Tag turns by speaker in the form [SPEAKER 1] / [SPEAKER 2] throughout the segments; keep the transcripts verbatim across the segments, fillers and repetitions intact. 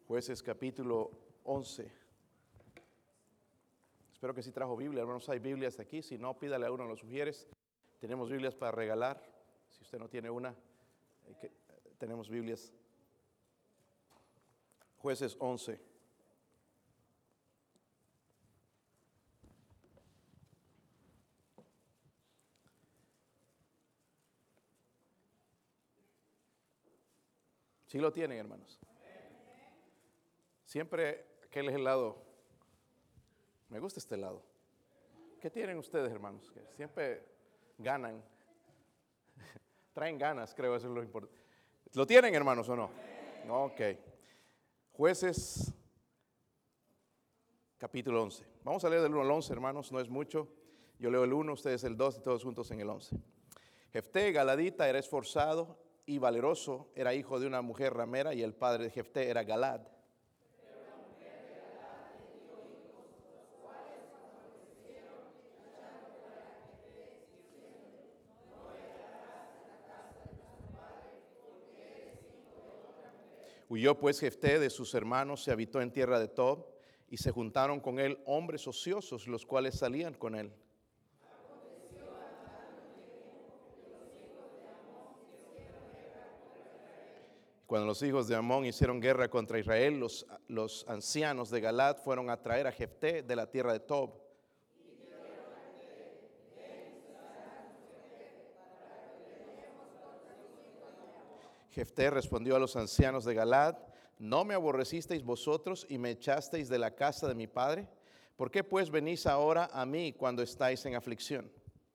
[SPEAKER 1] Jueces capítulo once. Espero que sí trajo Biblia, hermanos, hay Biblias aquí. Si no, pídale a uno de los sugieres. Tenemos Biblias para regalar. Si usted no tiene una, que, tenemos Biblias. Jueces once. ¿Sí lo tienen, hermanos? Siempre que es el lado, me gusta este lado. ¿Qué tienen ustedes, hermanos? Que siempre ganan, traen ganas, creo, eso es lo importante. ¿Lo tienen, hermanos, o no? Ok. Jueces, capítulo once. Vamos a leer del uno al once, hermanos, no es mucho. Yo leo el uno, ustedes el dos y todos juntos en el once. Jefté, galadita, era esforzado y valeroso, era hijo de una mujer ramera y el padre de Jefté era Galad. Huyó pues Jefté de sus hermanos, se habitó en tierra de Tob, y se juntaron con él hombres ociosos, los cuales salían con él. Cuando los hijos de Amón hicieron guerra contra Israel, los, los ancianos de Galad fueron a traer a Jefté de la tierra de Tob. Jefté respondió a los ancianos de Galad: ¿no me aborrecisteis vosotros y me echasteis de la casa de mi padre? ¿Por qué pues venís ahora a mí cuando estáis en aflicción?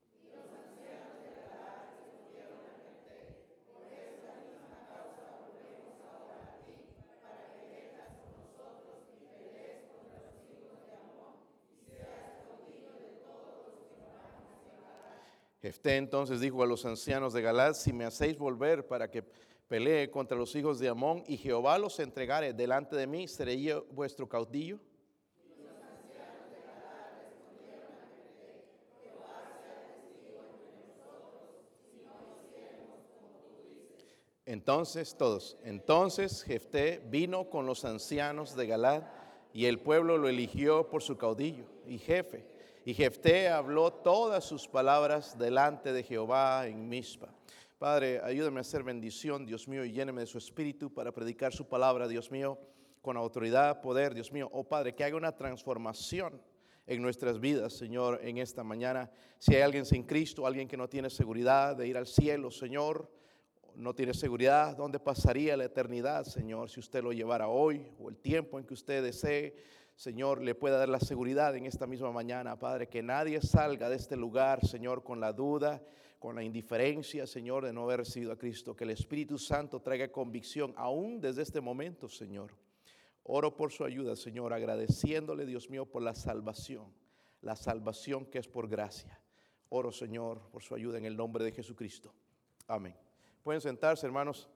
[SPEAKER 1] Jefté entonces dijo a los ancianos de Galad: si me hacéis volver para que pelee contra los hijos de Amón y Jehová los entregare delante de mí, ¿seré yo vuestro caudillo? Entonces todos, entonces Jefté vino con los ancianos de Galad y el pueblo lo eligió por su caudillo y jefe. Y Jefté habló todas sus palabras delante de Jehová en Mizpa. Padre, ayúdame a hacer bendición, Dios mío, y lléneme de su espíritu para predicar su palabra, Dios mío, con autoridad, poder, Dios mío. Oh Padre, que haga una transformación en nuestras vidas, Señor, en esta mañana. Si hay alguien sin Cristo, alguien que no tiene seguridad de ir al cielo, Señor, no tiene seguridad, ¿dónde pasaría la eternidad, Señor? Si usted lo llevara hoy o el tiempo en que usted desee, Señor, le pueda dar la seguridad en esta misma mañana, Padre, que nadie salga de este lugar, Señor, con la duda, con la indiferencia, Señor, de no haber recibido a Cristo. Que el Espíritu Santo traiga convicción aún desde este momento, Señor. Oro por su ayuda, Señor, agradeciéndole, Dios mío, por la salvación, la salvación que es por gracia. Oro, Señor, por su ayuda en el nombre de Jesucristo. Amén. Pueden sentarse, hermanos.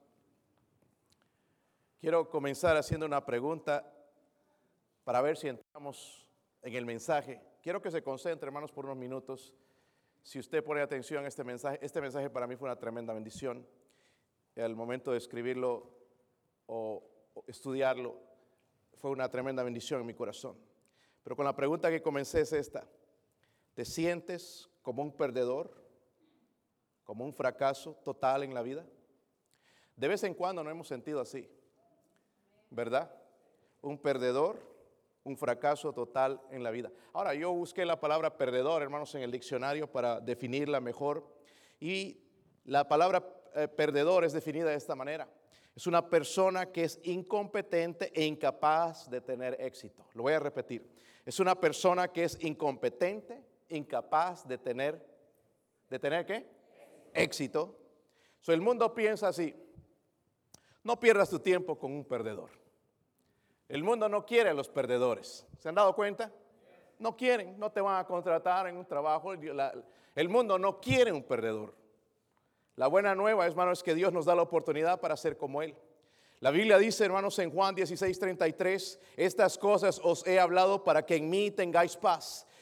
[SPEAKER 1] Quiero comenzar haciendo una pregunta para ver si entramos en el mensaje. Quiero que se concentre, hermanos, por unos minutos. Si usted pone atención a este mensaje, este mensaje para mí fue una tremenda bendición. Al momento de escribirlo o, o estudiarlo, fue una tremenda bendición en mi corazón. Pero con la pregunta que comencé es esta: ¿te sientes como un perdedor? ¿Como un fracaso total en la vida? De vez en cuando nos hemos sentido así, ¿verdad? Un perdedor, un fracaso total en la vida. Ahora, yo busqué la palabra perdedor, hermanos, en el diccionario para definirla mejor. Y la palabra eh, perdedor es definida de esta manera: es una persona que es incompetente e incapaz de tener éxito. Lo voy a repetir: es una persona que es incompetente, incapaz de tener, ¿de tener qué? Éxito. So, el mundo piensa así: no pierdas tu tiempo con un perdedor. El mundo no quiere a los perdedores. ¿Se han dado cuenta? No quieren, no te van a contratar en un trabajo. El mundo no quiere un perdedor. La buena nueva, hermanos, es que Dios nos da la oportunidad para ser como Él. La Biblia dice, hermanos, en Juan dieciséis treinta y tres: estas cosas os he hablado para que en mí tengáis paz.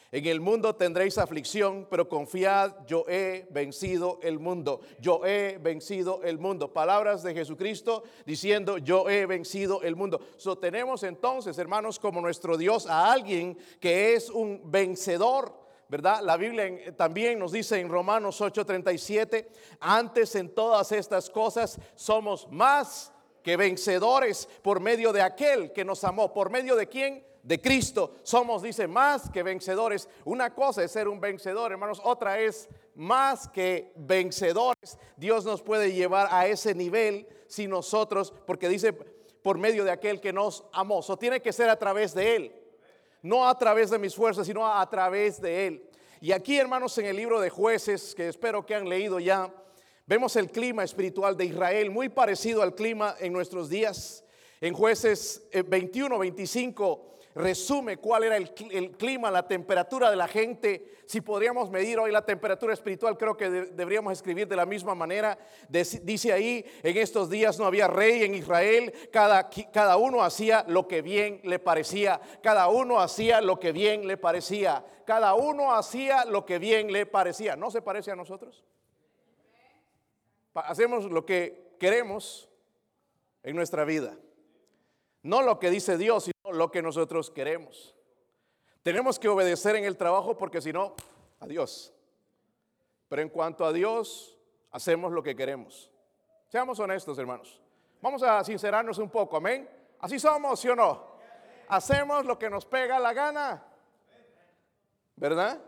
[SPEAKER 1] En el mundo tendréis aflicción, pero confiad, yo he vencido el mundo. Yo he vencido el mundo. Palabras de Jesucristo diciendo, yo he vencido el mundo. So, tenemos entonces, hermanos, como nuestro Dios a alguien que es un vencedor, ¿verdad? La Biblia también nos dice en Romanos ocho treinta y siete, antes en todas estas cosas somos más que vencedores por medio de aquel que nos amó. ¿Por medio de quién? De Cristo. Somos, dice, más que vencedores. Una cosa es ser un vencedor, hermanos, otra es más que vencedores. Dios nos puede llevar a ese nivel si nosotros, porque dice por medio de aquel que nos amó. Eso tiene que ser a través de Él, no a través de mis fuerzas, sino a, a través de Él. Y aquí, hermanos, en el libro de Jueces, que espero que han leído ya, vemos el clima espiritual de Israel, muy parecido al clima en nuestros días. En Jueces veintiuno, veinticinco resume cuál era el, el clima, la temperatura de la gente. Si podríamos medir hoy la temperatura espiritual, creo que de, deberíamos escribir de la misma manera. De, dice ahí, en estos días no había rey en Israel, cada, cada uno hacía lo que bien le parecía, cada uno hacía lo que bien le parecía, cada uno hacía lo que bien le parecía. ¿No se parece a nosotros? Hacemos lo que queremos en nuestra vida. No lo que dice Dios, sino lo que nosotros queremos. Tenemos que obedecer en el trabajo porque si no, adiós. Pero en cuanto a Dios, hacemos lo que queremos. Seamos honestos, hermanos. Vamos a sincerarnos un poco, amén. Así somos, ¿sí o no? Hacemos lo que nos pega la gana, ¿verdad?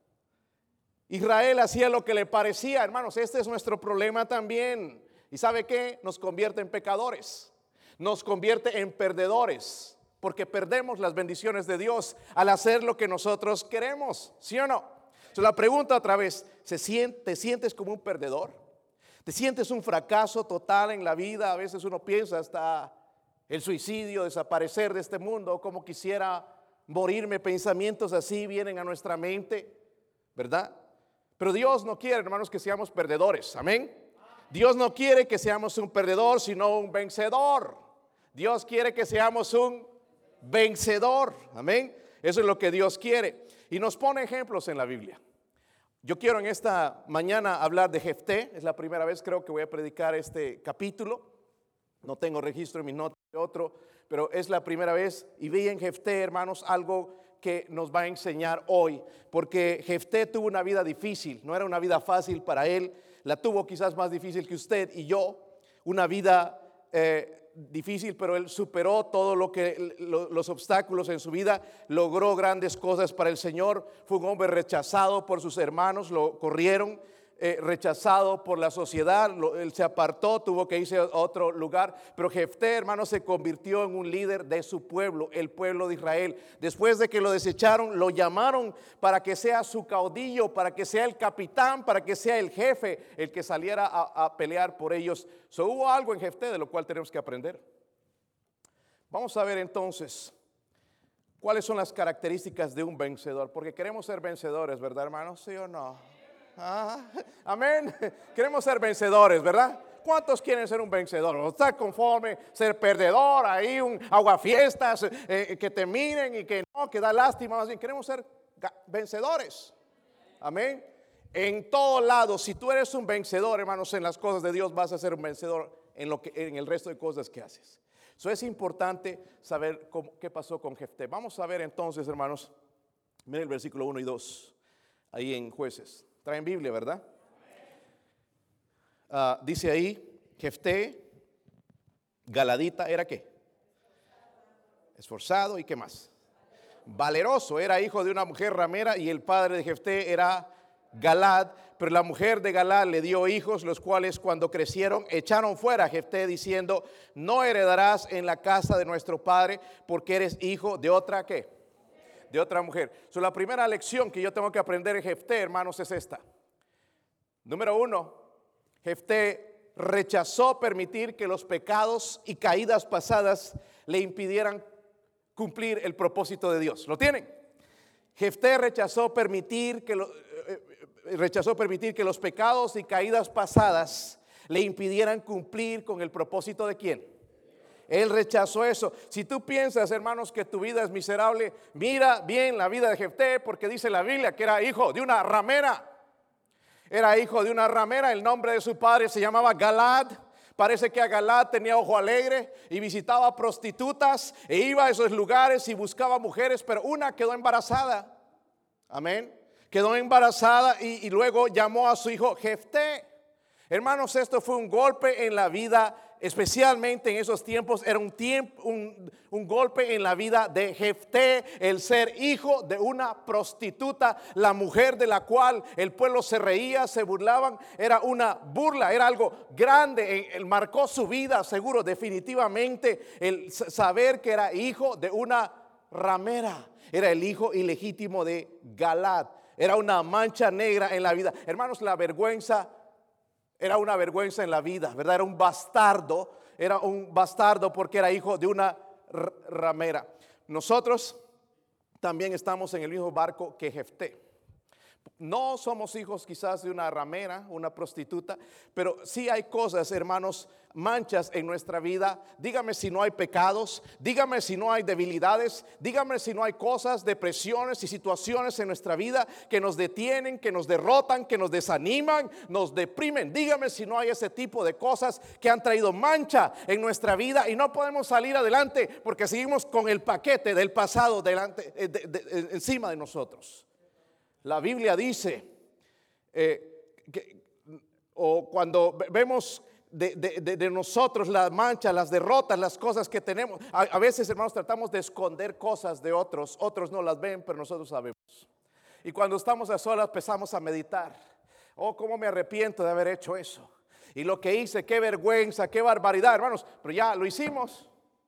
[SPEAKER 1] Israel hacía lo que le parecía, hermanos. Este es nuestro problema también. ¿Y sabe qué? Nos convierte en pecadores. Nos convierte en perdedores, porque perdemos las bendiciones de Dios al hacer lo que nosotros queremos, ¿sí o no? Entonces la pregunta otra vez, ¿se siente, ¿te sientes como un perdedor? ¿Te sientes un fracaso total en la vida? A veces uno piensa hasta el suicidio, desaparecer de este mundo, como quisiera morirme. Pensamientos así vienen a nuestra mente, ¿verdad? Pero Dios no quiere, hermanos, que seamos perdedores, amén. Dios no quiere que seamos un perdedor, sino un vencedor. Dios quiere que seamos un vencedor, amén. Eso es lo que Dios quiere. Y nos pone ejemplos en la Biblia. Yo quiero en esta mañana hablar de Jefté. Es la primera vez creo que voy a predicar este capítulo. No tengo registro en mis notas de otro, pero es la primera vez. Y vi en Jefté, hermanos, algo que nos va a enseñar hoy. Porque Jefté tuvo una vida difícil, no era una vida fácil para él. La tuvo quizás más difícil que usted y yo. Una vida eh, difícil, pero él superó todo lo que lo, los obstáculos en su vida, logró grandes cosas para el Señor. Fue un hombre rechazado por sus hermanos, lo corrieron, eh, rechazado por la sociedad, lo, él se apartó, tuvo que irse a otro lugar, pero Jefté, hermano, se convirtió en un líder de su pueblo, el pueblo de Israel. Después de que lo desecharon, lo llamaron para que sea su caudillo, para que sea el capitán, para que sea el jefe, el que saliera a, a pelear por ellos. So, hubo algo en Jefté de lo cual tenemos que aprender. Vamos a ver entonces cuáles son las características de un vencedor, porque queremos ser vencedores, ¿verdad, hermanos? ¿Sí o no? Ah, amén. Queremos ser vencedores, ¿verdad? ¿Cuántos quieren ser un vencedor? ¿O está conforme ser perdedor? Ahí un aguafiestas, eh, que te miren y que no, que da lástima. Más bien, queremos ser vencedores. Amén. En todo lado, si tú eres un vencedor, hermanos, en las cosas de Dios, vas a ser un vencedor en, lo que, en el resto de cosas que haces. Eso es importante saber cómo, qué pasó con Jefté. Vamos a ver entonces, hermanos, miren el versículo uno y dos, ahí en Jueces. Traen Biblia, ¿verdad? Uh, dice ahí, Jefté, galadita, ¿era qué? Esforzado, ¿y qué más? Valeroso, era hijo de una mujer ramera y el padre de Jefté era Galad, pero la mujer de Galad le dio hijos, los cuales cuando crecieron echaron fuera a Jefté diciendo, no heredarás en la casa de nuestro padre porque eres hijo de otra, ¿qué? De otra mujer. So, la primera lección que yo tengo que aprender en Jefté, hermanos, es esta. Número uno, Jefté rechazó permitir que los pecados y caídas pasadas le impidieran cumplir el propósito de Dios. ¿Lo tienen? Jefté rechazó permitir que lo, eh, rechazó permitir que los pecados y caídas pasadas le impidieran cumplir con el propósito de ¿quién? Él rechazó eso. Si tú piensas, hermanos, que tu vida es miserable, mira bien la vida de Jefté, porque dice la Biblia que era hijo de una ramera. Era hijo de una ramera. El nombre de su padre se llamaba Galad. Parece que a Galad tenía ojo alegre y visitaba prostitutas e iba a esos lugares y buscaba mujeres, pero una quedó embarazada. Amén. Quedó embarazada y, y luego llamó a su hijo Jefté. Hermanos, esto fue un golpe en la vida, especialmente en esos tiempos. Era un, tiempo, un, un golpe en la vida de Jefté, el ser hijo de una prostituta, la mujer de la cual el pueblo se reía, se burlaban. Era una burla, era algo grande. Él marcó su vida, seguro, definitivamente, el saber que era hijo de una ramera. Era el hijo ilegítimo de Galad. Era una mancha negra en la vida. Hermanos, la vergüenza era una vergüenza en la vida, ¿verdad? Era un bastardo, era un bastardo porque era hijo de una ramera. Nosotros también estamos en el mismo barco que Jefté. No somos hijos quizás de una ramera, una prostituta, pero sí hay cosas, hermanos, manchas en nuestra vida. Dígame si no hay pecados, dígame si no hay debilidades, dígame si no hay cosas, depresiones y situaciones en nuestra vida que nos detienen, que nos derrotan, que nos desaniman, nos deprimen. Dígame si no hay ese tipo de cosas que han traído mancha en nuestra vida y no podemos salir adelante porque seguimos con el paquete del pasado delante, de, de, de, encima de nosotros. La Biblia dice, eh, que, o cuando vemos de, de, de, de nosotros las manchas, las derrotas, las cosas que tenemos, a, a veces, hermanos, tratamos de esconder cosas de otros, otros no las ven, pero nosotros sabemos. Y cuando estamos a solas empezamos a meditar, oh, cómo me arrepiento de haber hecho eso. Y lo que hice, qué vergüenza, qué barbaridad, hermanos, pero ya lo hicimos.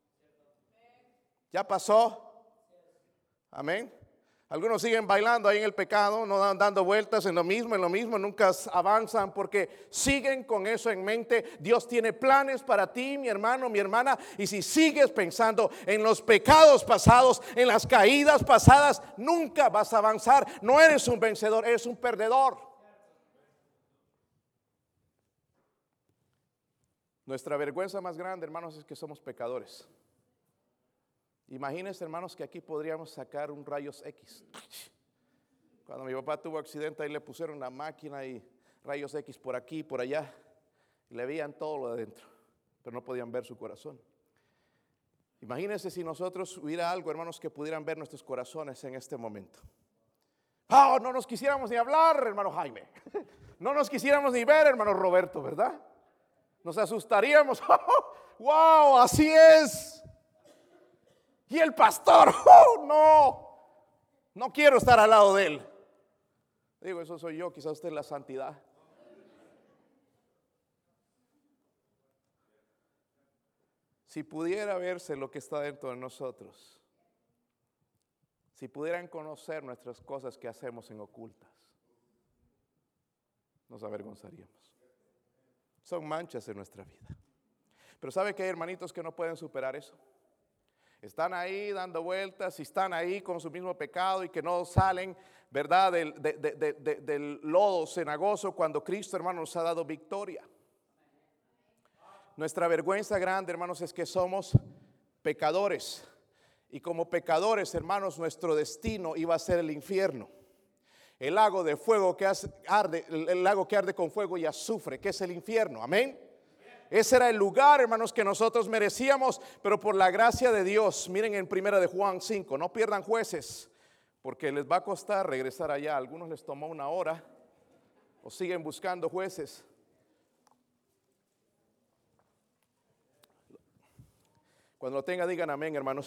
[SPEAKER 1] Ya pasó. Amén. Algunos siguen bailando ahí en el pecado, no dan dando vueltas en lo mismo, en lo mismo, nunca avanzan porque siguen con eso en mente. Dios tiene planes para ti, mi hermano, mi hermana, y si sigues pensando en los pecados pasados, en las caídas pasadas, nunca vas a avanzar. No eres un vencedor, eres un perdedor. Nuestra vergüenza más grande, hermanos, es que somos pecadores. Imagínense, hermanos, que aquí podríamos sacar un rayos X. Cuando mi papá tuvo accidente, ahí le pusieron una máquina y rayos X por aquí, por allá. Y le veían todo lo de adentro, pero no podían ver su corazón. Imagínense si nosotros hubiera algo, hermanos, que pudieran ver nuestros corazones en este momento. Oh, no nos quisiéramos ni hablar, hermano Jaime. No nos quisiéramos ni ver, hermano Roberto, ¿verdad? Nos asustaríamos. Oh, wow, así es. Y el pastor, oh, no, no quiero estar al lado de él. Digo, eso soy yo, quizás usted es la santidad. Si pudiera verse lo que está dentro de nosotros, si pudieran conocer nuestras cosas que hacemos en ocultas, nos avergonzaríamos. Son manchas en nuestra vida. Pero ¿sabe que hay hermanitos que no pueden superar eso? Están ahí dando vueltas y están ahí con su mismo pecado y que no salen, ¿verdad?, del, de, de, de, de, del lodo cenagoso cuando Cristo, hermanos, nos ha dado victoria. Nuestra vergüenza grande, hermanos, es que somos pecadores. Y como pecadores, hermanos, nuestro destino iba a ser el infierno. El lago de fuego que arde, el lago que arde con fuego y azufre, que es el infierno. Amén. Ese era el lugar, hermanos, que nosotros merecíamos, pero por la gracia de Dios, miren en primera de Juan cinco, no pierdan jueces, porque les va a costar regresar allá. A algunos les tomó una hora o siguen buscando jueces. Cuando lo tenga, digan amén, hermanos.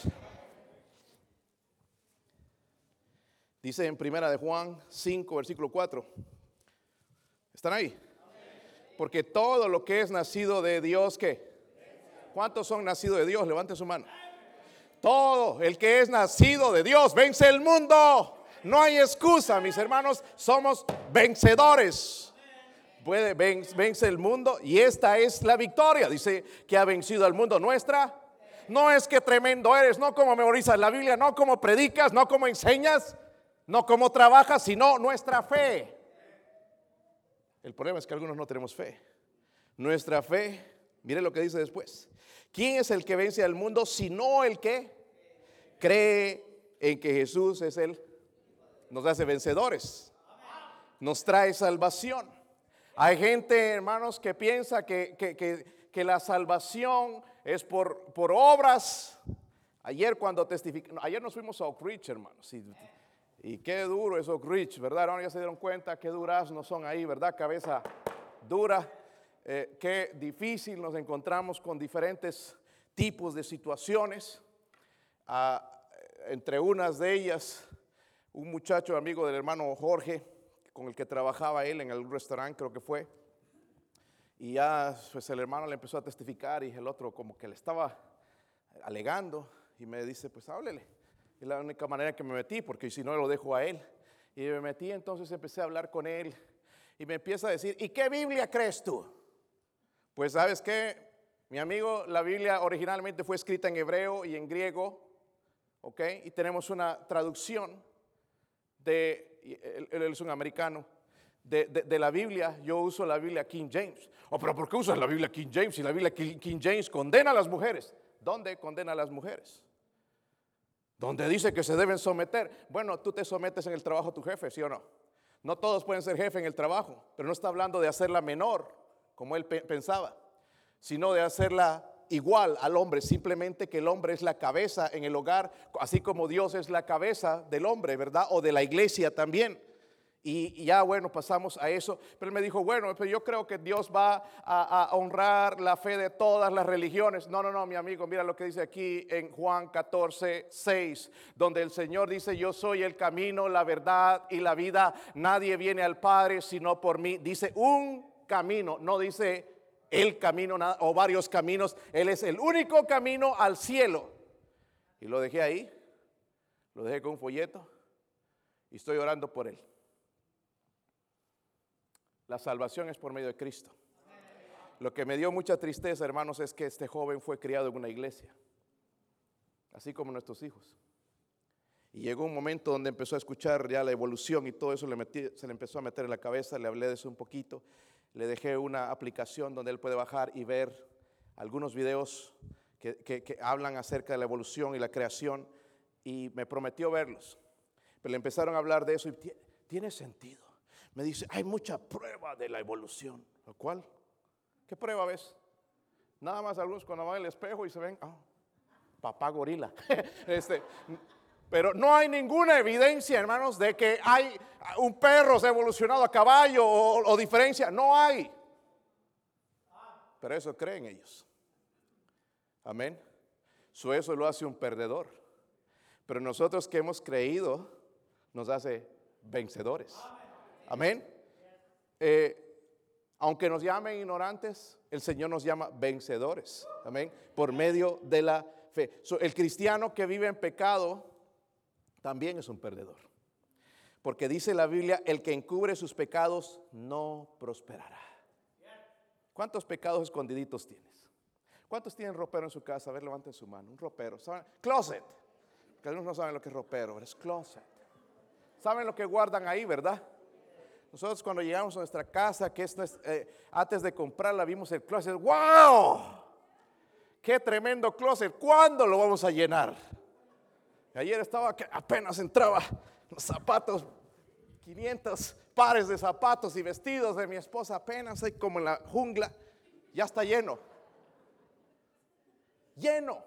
[SPEAKER 1] Dice en primera de Juan cinco, versículo cuatro. ¿Están ahí? Porque todo lo que es nacido de Dios, ¿qué? ¿Cuántos son nacidos de Dios? Levanten su mano. Todo el que es nacido de Dios vence el mundo. No hay excusa, mis hermanos. Somos vencedores. Puede, vence el mundo y esta es la victoria. Dice que ha vencido al mundo. Nuestra. No es que tremendo eres, no como memorizas la Biblia, no como predicas, no como enseñas, no como trabajas, sino nuestra fe. El problema es que algunos no tenemos fe. Nuestra fe, mire lo que dice después, ¿Quién es el que vence al mundo sino el que cree en que Jesús es el, nos hace vencedores, nos trae salvación? Hay gente, hermanos, que piensa que, que, que, que la salvación es por, por obras. Ayer cuando testificamos, ayer nos fuimos a Oak Ridge, hermanos, y, y qué duro es Oak Ridge, ¿verdad? Ahora ya se dieron cuenta qué duras no son ahí, ¿verdad? Cabeza dura, eh, qué difícil nos encontramos con diferentes tipos de situaciones. Ah, entre unas de ellas, un muchacho amigo del hermano Jorge, con el que trabajaba él en el restaurante, creo que fue, y ya pues el hermano le empezó a testificar y el otro como que le estaba alegando y me dice, pues háblele. Es la única manera que me metí, porque si no lo dejo a él. Y me metí, entonces empecé a hablar con él y me empieza a decir, ¿y qué Biblia crees tú? Pues sabes qué, mi amigo, la Biblia originalmente fue escrita en hebreo y en griego, ¿ok? Y tenemos una traducción de, él, él es un americano, de, de, de la Biblia. Yo uso la Biblia King James. Oh, pero ¿por qué usas la Biblia King James? Si la Biblia King James condena a las mujeres. ¿Dónde condena a las mujeres? ¿Dónde dice que se deben someter? Bueno, tú te sometes en el trabajo a tu jefe, ¿sí o no? No todos pueden ser jefe en el trabajo, pero no está hablando de hacerla menor, como él pe- pensaba, sino de hacerla igual al hombre, simplemente que el hombre es la cabeza en el hogar, así como Dios es la cabeza del hombre, ¿verdad? O de la iglesia también. Y, y ya bueno, pasamos a eso. Pero él me dijo, bueno, pero yo creo que Dios va a, a honrar la fe de todas las religiones. No, no, no, mi amigo, mira lo que dice aquí en Juan catorce, seis, donde el Señor dice, yo soy el camino, la verdad y la vida. Nadie viene al Padre sino por mí. Dice un camino, no dice el camino o varios caminos. Él es el único camino al cielo. Y lo dejé ahí, lo dejé con un folleto y estoy orando por él. La salvación es por medio de Cristo. Lo que me dio mucha tristeza, hermanos, es que este joven fue criado en una iglesia, así como nuestros hijos. Y llegó un momento donde empezó a escuchar ya la evolución y todo eso le metí, se le empezó a meter en la cabeza. Le hablé de eso un poquito. Le dejé una aplicación donde él puede bajar y ver algunos videos que, que, que hablan acerca de la evolución y la creación. Y me prometió verlos. Pero le empezaron a hablar de eso y tiene sentido. Me dice, hay mucha prueba de la evolución. ¿Lo cual? ¿Qué prueba ves? Nada más algunos cuando van al espejo y se ven, oh, papá gorila. este, pero no hay ninguna evidencia, hermanos, de que hay un perro se ha evolucionado a caballo o, o diferencia. No hay. Pero eso creen ellos. Amén. So, eso lo hace un perdedor. Pero nosotros que hemos creído nos hace vencedores. Amén. Eh, aunque nos llamen ignorantes, el Señor nos llama vencedores. Amén. Por medio de la fe. So, el cristiano que vive en pecado también es un perdedor. Porque dice la Biblia, el que encubre sus pecados no prosperará. ¿Cuántos pecados escondiditos tienes? ¿Cuántos tienen ropero en su casa? A ver, levanten su mano. Un ropero. ¿Saben? Closet. Que algunos no saben lo que es ropero, es closet. ¿Saben lo que guardan ahí, verdad? Nosotros cuando llegamos a nuestra casa, que es, eh, antes de comprarla, vimos el closet. ¡Wow! ¡Qué tremendo closet! ¿Cuándo lo vamos a llenar? Ayer estaba que apenas entraba los zapatos, quinientos pares de zapatos y vestidos de mi esposa, apenas hay como en la jungla, ya está lleno. Lleno.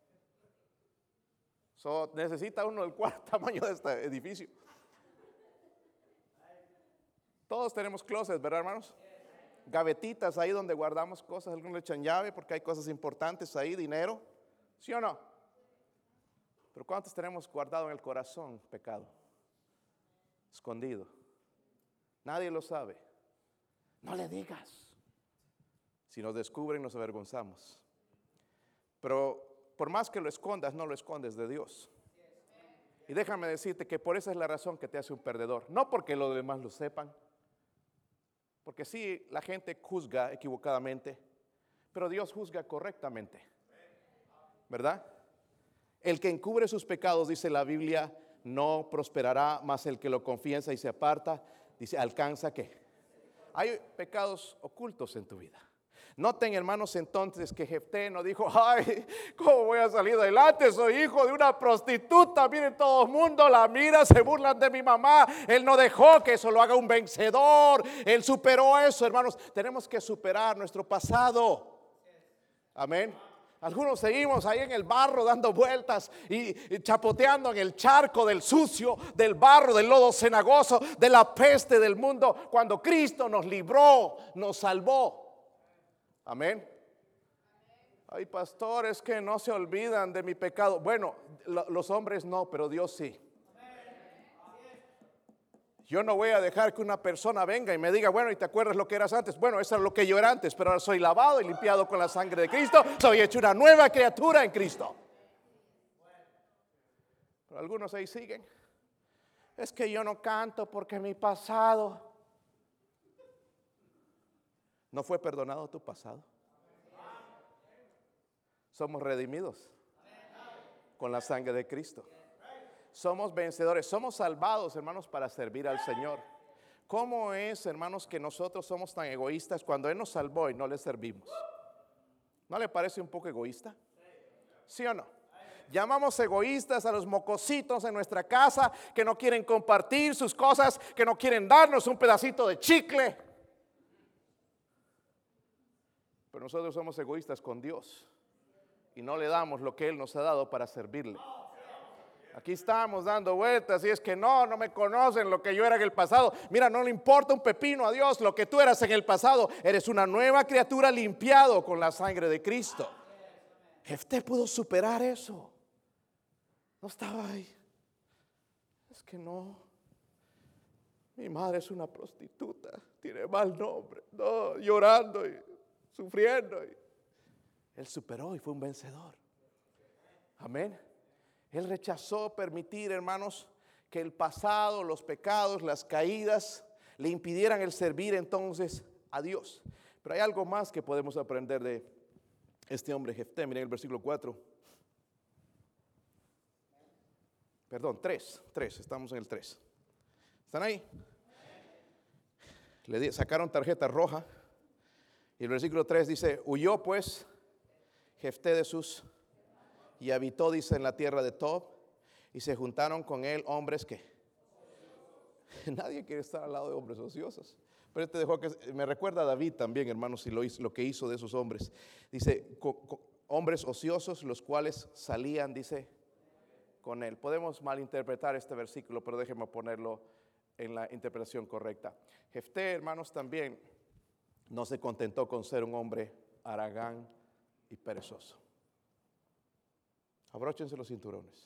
[SPEAKER 1] So, necesita uno el cuarto tamaño de este edificio. Todos tenemos closets, ¿verdad, hermanos? Gavetitas ahí donde guardamos cosas. Algunos le echan llave porque hay cosas importantes ahí, dinero. ¿Sí o no? Pero ¿cuántos tenemos guardado en el corazón pecado? Escondido. Nadie lo sabe. No le digas. Si nos descubren, nos avergonzamos. Pero por más que lo escondas, no lo escondes de Dios. Y déjame decirte que por esa es la razón que te hace un perdedor. No porque los demás lo sepan. Porque sí, la gente juzga equivocadamente, pero Dios juzga correctamente. ¿Verdad? El que encubre sus pecados, dice la Biblia, no prosperará, mas el que lo confiesa y se aparta, dice, alcanza ¿qué? Hay pecados ocultos en tu vida. Noten, hermanos, entonces que Jefté no dijo: ay, ¿cómo voy a salir adelante? Soy hijo de una prostituta. Miren, todo el mundo la mira, se burlan de mi mamá. Él no dejó que eso lo haga un vencedor. Él superó eso, hermanos. Tenemos que superar nuestro pasado. Amén. Algunos seguimos ahí en el barro dando vueltas y, y chapoteando en el charco del sucio, del barro, del lodo cenagoso, de la peste del mundo, cuando Cristo nos libró, nos salvó. Amén. Hay pastores que no se olvidan de mi pecado. Bueno, lo, los hombres no, pero Dios sí. Yo no voy a dejar que una persona venga y me diga: bueno, ¿y te acuerdas lo que eras antes? Bueno, eso es lo que yo era antes, pero ahora soy lavado y limpiado con la sangre de Cristo. Soy hecho una nueva criatura en Cristo. Pero algunos ahí siguen: es que yo no canto porque mi pasado. ¿No fue perdonado tu pasado? Somos redimidos con la sangre de Cristo. Somos vencedores, somos salvados, hermanos, para servir al Señor. ¿Cómo es, hermanos, que nosotros somos tan egoístas cuando Él nos salvó y no le servimos? ¿No le parece un poco egoísta? ¿Sí o no? Llamamos egoístas a los mocositos en nuestra casa que no quieren compartir sus cosas, que no quieren darnos un pedacito de chicle. Pero nosotros somos egoístas con Dios y no le damos lo que Él nos ha dado para servirle. Aquí estamos dando vueltas y es que no, no me conocen lo que yo era en el pasado. Mira, no le importa un pepino a Dios lo que tú eras en el pasado. Eres una nueva criatura limpiado con la sangre de Cristo. Jefté pudo superar eso. No estaba ahí. Es que no. Mi madre es una prostituta, tiene mal nombre. No, llorando y sufriendo. Y él superó y fue un vencedor. Amén. Él rechazó permitir, hermanos, que el pasado, los pecados, las caídas le impidieran el servir entonces a Dios. Pero hay algo más que podemos aprender de este hombre Jefté. Miren el versículo cuatro. Perdón, tres, tres, estamos en el tres. ¿Están ahí? Le sacaron tarjeta roja. Y el versículo tres dice: huyó pues Jefté de Sus y habitó, dice, en la tierra de Tob, y se juntaron con él hombres que nadie quiere estar al lado de hombres ociosos. Pero este dejó que me recuerda a David también, hermanos, y lo, hizo, lo que hizo de esos hombres. Dice, co, co, hombres ociosos, los cuales salían, dice, con él. Podemos malinterpretar este versículo, pero déjenme ponerlo en la interpretación correcta. Jefté, hermanos, también no se contentó con ser un hombre haragán y perezoso. Abróchense los cinturones.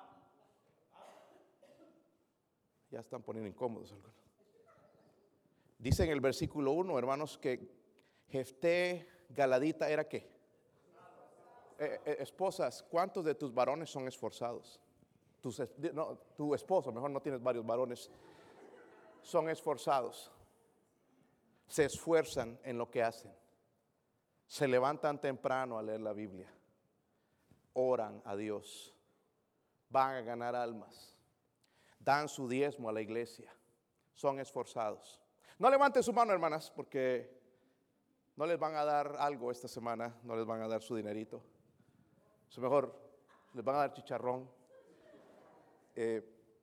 [SPEAKER 1] Ya están poniendo incómodos algunos. Dice en el versículo uno, hermanos, que Jefté Galadita era ¿qué? Eh, eh, esposas, ¿cuántos de tus varones son esforzados? Tus, no, tu esposo, mejor no tienes varios varones, son esforzados. Se esfuerzan en lo que hacen. Se levantan temprano a leer la Biblia. Oran a Dios, van a ganar almas, dan su diezmo a la iglesia, son esforzados. No levanten su mano, hermanas, porque no les van a dar algo esta semana, no les van a dar su dinerito. Es mejor, les van a dar chicharrón. Eh,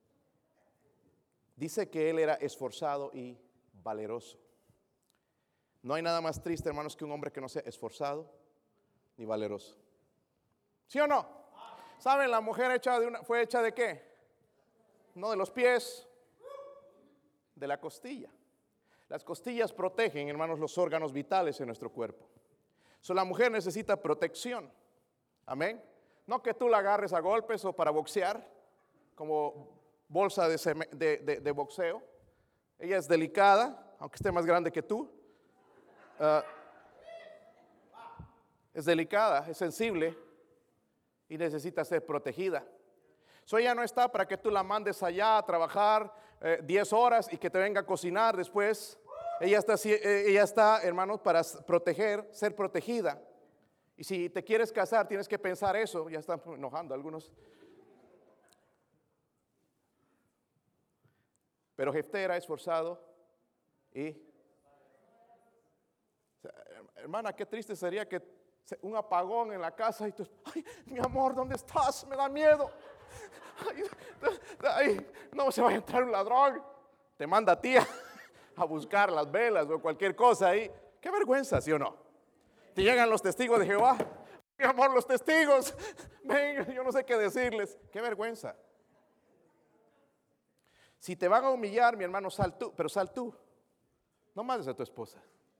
[SPEAKER 1] dice que él era esforzado y valeroso. No hay nada más triste, hermanos, que un hombre que no sea esforzado ni valeroso. ¿Sí o no? ¿Saben? La mujer hecha de una, fue hecha de qué? No de los pies, de la costilla. Las costillas protegen, hermanos, los órganos vitales en nuestro cuerpo. So, la mujer necesita protección. Amén. No que tú la agarres a golpes o para boxear, como bolsa de, seme, de, de, de boxeo. Ella es delicada, aunque esté más grande que tú. Uh, es delicada, es sensible. Y necesita ser protegida. So, ella no está para que tú la mandes allá a trabajar eh, diez horas y que te venga a cocinar después. Ella está, eh, ella está, hermanos, para proteger, ser protegida. Y si te quieres casar, tienes que pensar eso. Ya están enojando algunos. Pero Jefté era esforzado y hermana, qué triste sería que un apagón en la casa y tú, ay, mi amor, ¿dónde estás? Me da miedo. Ay, ay, no se vaya a entrar un ladrón. Te manda a ti a, a buscar las velas o cualquier cosa ahí. Qué vergüenza, ¿sí o no? Te llegan los testigos de Jehová. Mi amor, los testigos, ven, yo no sé qué decirles. Qué vergüenza. Si te van a humillar, mi hermano, sal tú, pero sal tú. No mandes a tu esposa.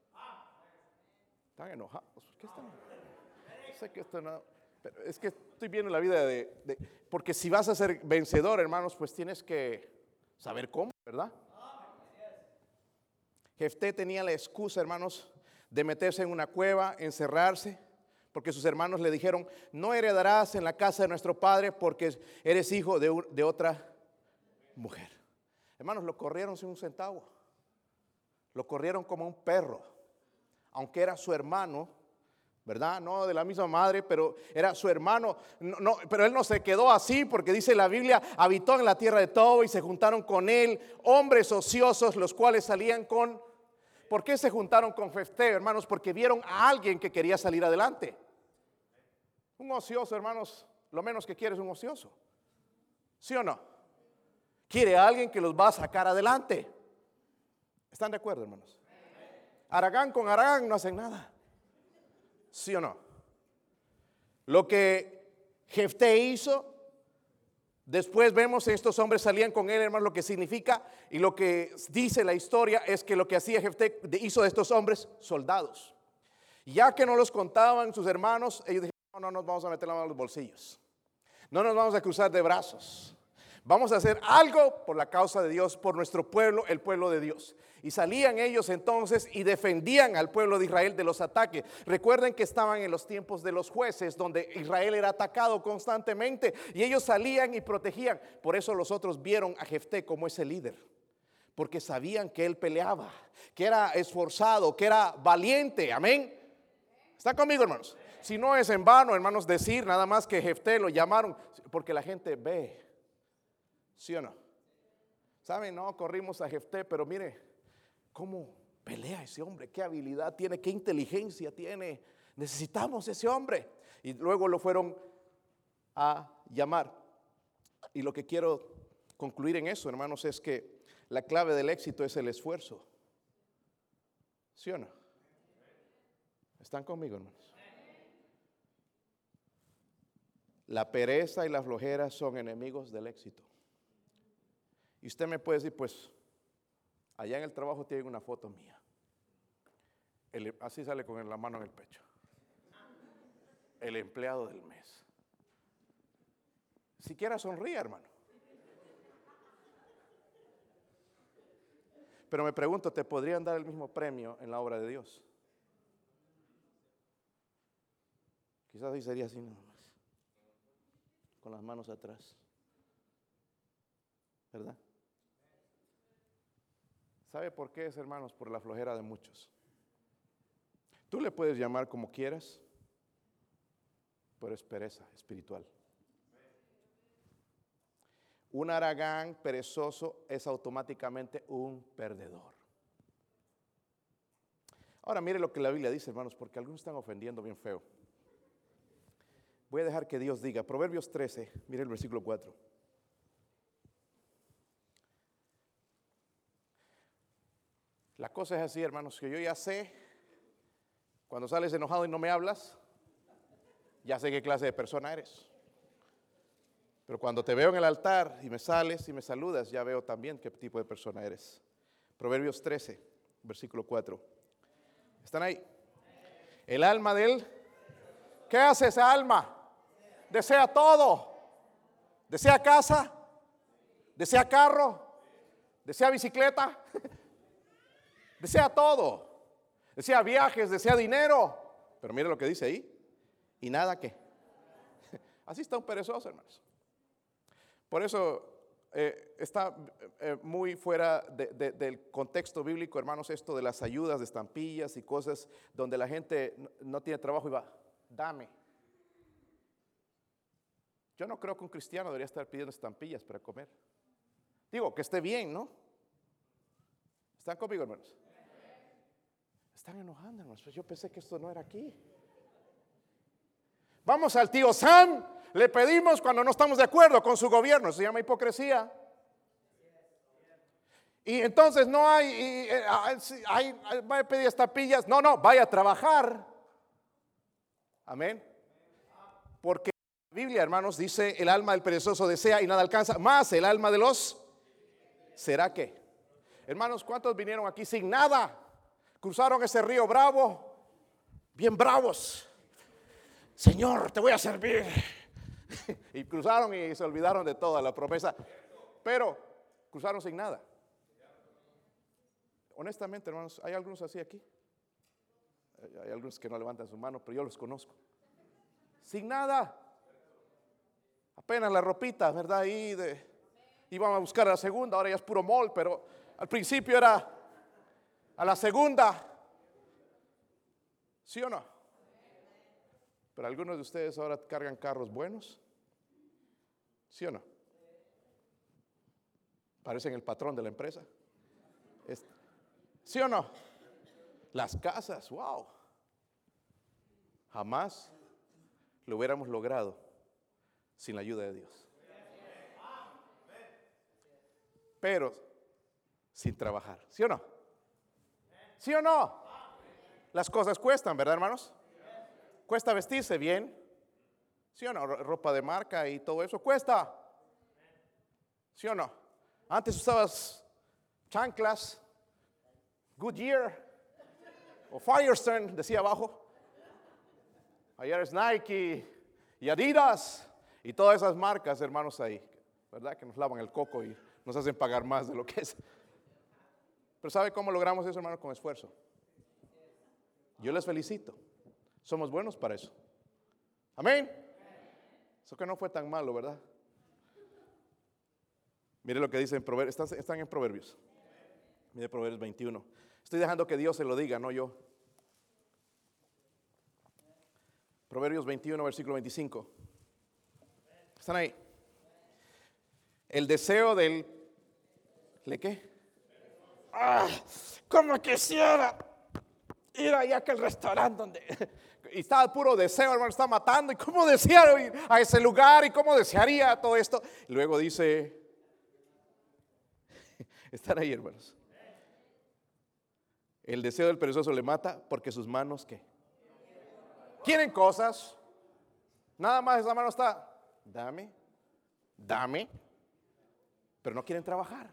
[SPEAKER 1] Están enojados. ¿Por qué están enojados? Sé que esto no, pero es que estoy viendo la vida de, de, porque si vas a ser vencedor, hermanos, pues tienes que saber cómo, ¿verdad? Jefté tenía la excusa, hermanos, de meterse en una cueva, encerrarse, porque sus hermanos le dijeron, no heredarás en la casa de nuestro padre porque eres hijo de, un, de otra mujer. Hermanos, lo corrieron sin un centavo, lo corrieron como un perro, aunque era su hermano, ¿verdad? No de la misma madre, pero era su hermano. No, no, pero él no se quedó así, porque dice la Biblia, habitó en la tierra de Tob y se juntaron con él hombres ociosos, los cuales salían con... ¿Por qué se juntaron con Jefté, hermanos? Porque vieron a alguien que quería salir adelante. Un ocioso, hermanos, lo menos que quiere es un ocioso. ¿Sí o no? Quiere a alguien que los va a sacar adelante. ¿Están de acuerdo, hermanos? Aragán con Aragán no hacen nada. ¿Sí o no? Lo que Jefté hizo, después vemos que estos hombres salían con él, hermanos, lo que significa y lo que dice la historia es que lo que hacía Jefté hizo de estos hombres soldados. Ya que no los contaban sus hermanos, ellos dijeron, no, no nos vamos a meter la mano en los bolsillos, no nos vamos a cruzar de brazos, vamos a hacer algo por la causa de Dios, por nuestro pueblo, el pueblo de Dios. Y salían ellos entonces y defendían al pueblo de Israel de los ataques. Recuerden que estaban en los tiempos de los jueces, donde Israel era atacado constantemente, y ellos salían y protegían. Por eso los otros vieron a Jefté como ese líder, porque sabían que él peleaba, que era esforzado, que era valiente. Amén. ¿Están conmigo, hermanos? Si no es en vano, hermanos, decir nada más que Jefté lo llamaron, porque la gente ve. ¿Sí o no? ¿Saben? No, corrimos a Jefté, pero mire cómo pelea ese hombre, qué habilidad tiene, qué inteligencia tiene. Necesitamos ese hombre. Y luego lo fueron a llamar. Y lo que quiero concluir en eso, hermanos, es que la clave del éxito es el esfuerzo. ¿Sí o no? ¿Están conmigo, hermanos? La pereza y la flojera son enemigos del éxito. Y usted me puede decir, pues, allá en el trabajo tienen una foto mía. El, así sale con la mano en el pecho. El empleado del mes. Siquiera sonríe, hermano. Pero me pregunto, ¿te podrían dar el mismo premio en la obra de Dios? Quizás hoy sería así nada más, con las manos atrás, ¿verdad? ¿Sabe por qué es, hermanos? Por la flojera de muchos. Tú le puedes llamar como quieras, pero es pereza espiritual. Un haragán perezoso es automáticamente un perdedor. Ahora mire lo que la Biblia dice, hermanos, porque algunos están ofendiendo bien feo. Voy a dejar que Dios diga. Proverbios trece, mire el versículo cuatro. La cosa es así, hermanos, que yo ya sé, cuando sales enojado y no me hablas, ya sé qué clase de persona eres. Pero cuando te veo en el altar y me sales y me saludas, ya veo también qué tipo de persona eres. Proverbios trece, versículo cuatro. ¿Están ahí? El alma de él, ¿qué hace esa alma? Desea todo. Desea casa, desea carro, desea bicicleta. Desea todo, desea viajes, desea dinero, pero mire lo que dice ahí, y nada que. Así está un perezoso, hermanos. Por eso eh, está eh, muy fuera de, de, del contexto bíblico, hermanos, esto de las ayudas de estampillas y cosas donde la gente no, no tiene trabajo y va, dame. Yo no creo que un cristiano debería estar pidiendo estampillas para comer. Digo, que esté bien, ¿no? ¿Están conmigo, hermanos? están enojando, hermanos. Pues yo pensé que esto no era aquí. Vamos al tío Sam, le pedimos cuando no estamos de acuerdo con su gobierno. Eso se llama hipocresía. Y entonces no hay, y, eh, hay, hay, va a pedir estapillas. No, no, vaya a trabajar. Amén. Porque la Biblia, hermanos, dice: el alma del perezoso desea y nada alcanza, más el alma de los, ¿será que? Hermanos, ¿cuántos vinieron aquí sin nada? Cruzaron ese río Bravo, bien bravos. Señor, te voy a servir. Y cruzaron y se olvidaron de toda la promesa. Pero cruzaron sin nada. Honestamente, hermanos, hay algunos así aquí. Hay algunos que no levantan su mano, pero yo los conozco. Sin nada. Apenas la ropita, ¿verdad? Ahí de, íbamos a buscar a la segunda, ahora ya es puro mall, pero al principio era a la segunda. ¿Sí o no? Pero algunos de ustedes ahora cargan carros buenos. ¿Sí o no? Parecen el patrón de la empresa. ¿Sí o no? Las casas, wow. Jamás lo hubiéramos logrado sin la ayuda de Dios. Pero sin trabajar. ¿Sí o no? ¿Sí o no? Las cosas cuestan, ¿verdad, hermanos? Cuesta vestirse bien. ¿Sí o no? Ropa de marca y todo eso cuesta. ¿Sí o no? Antes usabas chanclas, Goodyear o Firestone, decía abajo. Ayer es Nike y Adidas y todas esas marcas, hermanos, ahí, ¿verdad? Que nos lavan el coco y nos hacen pagar más de lo que es. Pero ¿sabe cómo logramos eso, hermanos? Con esfuerzo. Yo les felicito. Somos buenos para eso. Amén. Eso que no fue tan malo, ¿verdad? Mire lo que dice en Proverbios. Están, están en Proverbios. Mire Proverbios veintiuno. Estoy dejando que Dios se lo diga, no yo. Proverbios veintiuno, versículo veinticinco. ¿Están ahí? El deseo del... ¿Le qué? ¡Ah! ¿Cómo quisiera ir allá a aquel restaurante donde... Y está el puro deseo, hermano, está matando. ¿Y cómo desearía ir a ese lugar? ¿Y cómo desearía todo esto? Y luego dice... Están ahí, hermanos. El deseo del perezoso le mata porque sus manos, ¿qué? Quieren cosas. Nada más esa mano está, dame, dame, pero no quieren trabajar.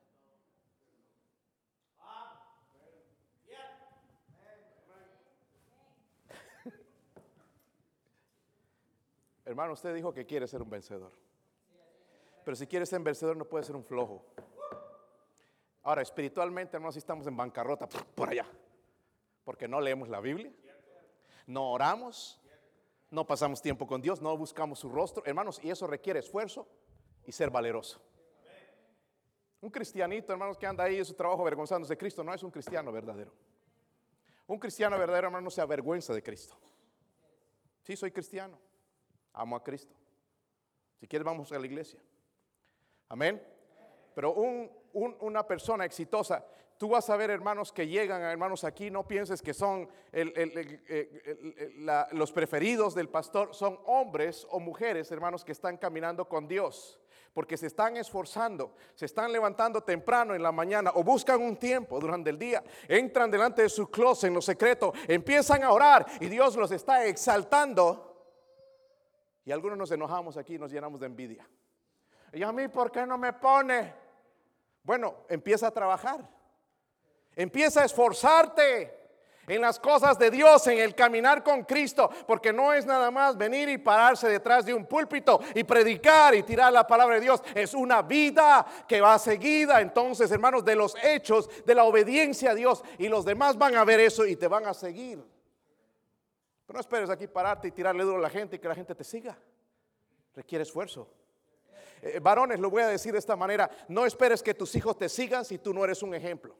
[SPEAKER 1] Hermano, usted dijo que quiere ser un vencedor. Pero si quiere ser un vencedor no puede ser un flojo. Ahora, espiritualmente, hermanos, si estamos en bancarrota por allá, porque no leemos la Biblia, no oramos, no pasamos tiempo con Dios, no buscamos su rostro, hermanos, y eso requiere esfuerzo y ser valeroso. Un cristianito, hermanos, que anda ahí en su trabajo avergonzándose de Cristo, no es un cristiano verdadero. Un cristiano verdadero, hermano, no se avergüenza de Cristo. Sí, soy cristiano, amo a Cristo. Si quieres, vamos a la iglesia. Amén. Pero un, un, una persona exitosa, tú vas a ver, hermanos, que llegan, hermanos, aquí, no pienses que son el, el, el, el, el, la, los preferidos del pastor. Son hombres o mujeres, hermanos, que están caminando con Dios, porque se están esforzando, se están levantando temprano en la mañana o buscan un tiempo durante el día, entran delante de su closet en lo secreto, empiezan a orar y Dios los está exaltando. Y algunos nos enojamos aquí y nos llenamos de envidia. ¿Y a mí por qué no me pone? Bueno, empieza a trabajar. Empieza a esforzarte en las cosas de Dios, en el caminar con Cristo, porque no es nada más venir y pararse detrás de un púlpito y predicar y tirar la palabra de Dios. Es una vida que va seguida, entonces, hermanos, de los hechos, de la obediencia a Dios, y los demás van a ver eso y te van a seguir. Pero no esperes aquí pararte y tirarle duro a la gente y que la gente te siga. Requiere esfuerzo. Eh, varones, lo voy a decir de esta manera: no esperes que tus hijos te sigan si tú no eres un ejemplo.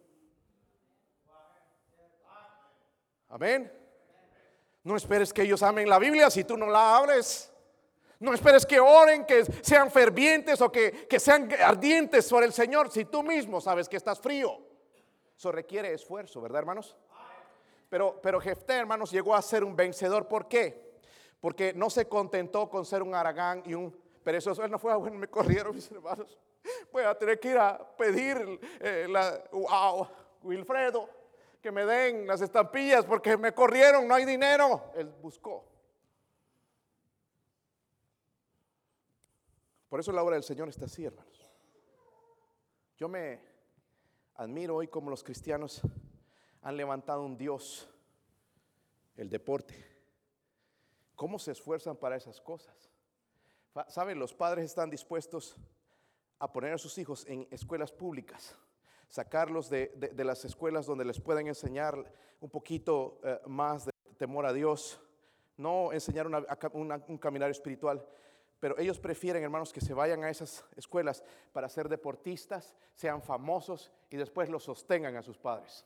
[SPEAKER 1] Amén. No esperes que ellos amen la Biblia si tú no la abres. No esperes que oren, que sean fervientes o que, que sean ardientes por el Señor si tú mismo sabes que estás frío. Eso requiere esfuerzo, ¿verdad, hermanos? Pero, pero Jefté, hermanos, llegó a ser un vencedor. ¿Por qué? Porque no se contentó con ser un haragán y un perezoso. Él no fue, bueno, me corrieron mis hermanos. Voy a tener que ir a pedir eh, la, a Wilfredo que me den las estampillas porque me corrieron, no hay dinero. Él buscó. Por eso la obra del Señor está así, hermanos. Yo me admiro hoy como los cristianos han levantado un Dios, el deporte. ¿Cómo se esfuerzan para esas cosas? Saben, los padres están dispuestos a poner a sus hijos en escuelas públicas, sacarlos de, de, de las escuelas donde les pueden enseñar un poquito eh, más de temor a Dios, no enseñar una, una, un caminar espiritual. Pero ellos prefieren, hermanos, que se vayan a esas escuelas para ser deportistas, sean famosos y después los sostengan a sus padres.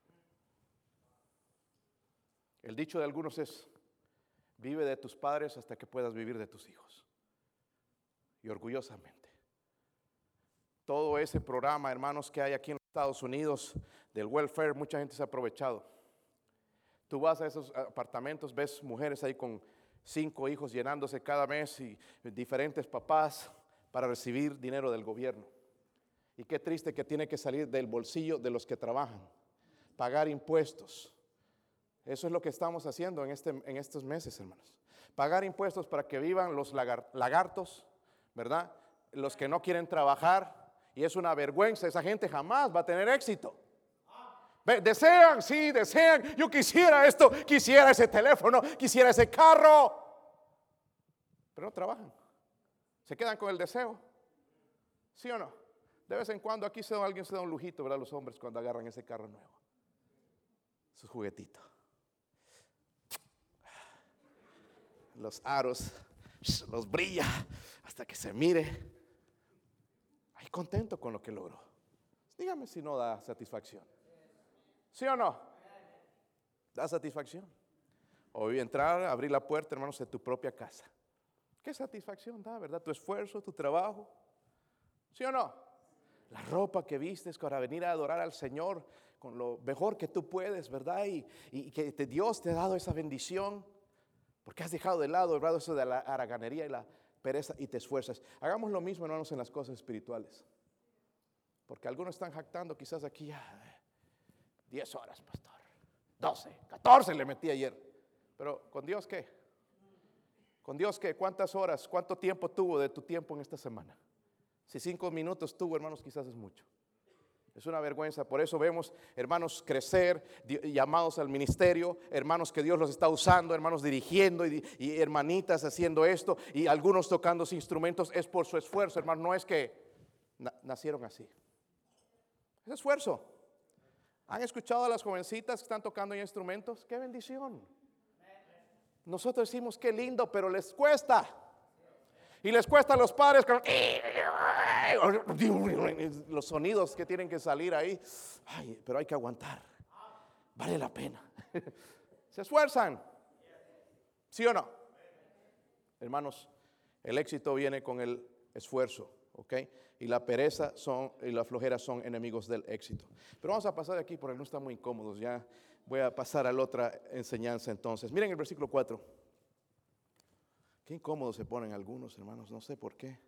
[SPEAKER 1] El dicho de algunos es: vive de tus padres hasta que puedas vivir de tus hijos. Y orgullosamente, todo ese programa, hermanos, que hay aquí en los Estados Unidos del welfare, mucha gente se ha aprovechado. Tú vas a esos apartamentos, ves mujeres ahí con cinco hijos llenándose cada mes y diferentes papás para recibir dinero del gobierno. Y qué triste que tiene que salir del bolsillo de los que trabajan, pagar impuestos. Eso es lo que estamos haciendo en, este, en estos meses, hermanos. Pagar impuestos para que vivan los lagar, lagartos, ¿verdad? Los que no quieren trabajar. Y es una vergüenza, esa gente jamás va a tener éxito. Desean, sí, desean. Yo quisiera esto, quisiera ese teléfono, quisiera ese carro. Pero no trabajan. Se quedan con el deseo. ¿Sí o no? De vez en cuando aquí se da, alguien se da un lujito, ¿verdad? Los hombres cuando agarran ese carro nuevo. Su juguetito. Los aros, los brilla hasta que se mire. Ay, contento con lo que logró. Dígame si no da satisfacción. ¿Sí o no? Da satisfacción. O entrar, abrir la puerta, hermanos, de tu propia casa. ¿Qué satisfacción da, verdad? Tu esfuerzo, tu trabajo. ¿Sí o no? La ropa que vistes para venir a adorar al Señor con lo mejor que tú puedes, ¿verdad? Y, y que te, Dios te ha dado esa bendición. Porque has dejado de lado, ¿verdad? Eso de la haraganería y la pereza y te esfuerzas. Hagamos lo mismo, hermanos, en las cosas espirituales. Porque algunos están jactando quizás aquí ya. diez horas, pastor. doce, catorce le metí ayer. Pero ¿con Dios qué? ¿Con Dios qué? ¿Cuántas horas? ¿Cuánto tiempo tuvo de tu tiempo en esta semana? Si cinco minutos tuvo, hermanos, quizás es mucho. Es una vergüenza. Por eso vemos hermanos crecer, llamados al ministerio, hermanos que Dios los está usando, hermanos dirigiendo y, y hermanitas haciendo esto y algunos tocando sus instrumentos. Es por su esfuerzo, hermanos. No es que na- nacieron así. Es esfuerzo. ¿Han escuchado a las jovencitas que están tocando instrumentos? ¡Qué bendición! Nosotros decimos qué lindo, pero les cuesta. Y les cuesta a los padres con los sonidos que tienen que salir ahí. Ay, pero hay que aguantar. Vale la pena. Se esfuerzan. ¿Sí o no? Hermanos, el éxito viene con el esfuerzo, ¿ok? Y la pereza son, y la flojera son enemigos del éxito. Pero vamos a pasar de aquí porque no están muy cómodos. Ya voy a pasar a la otra enseñanza entonces. Miren el versículo cuatro. Qué incómodos se ponen algunos, hermanos, no sé por qué.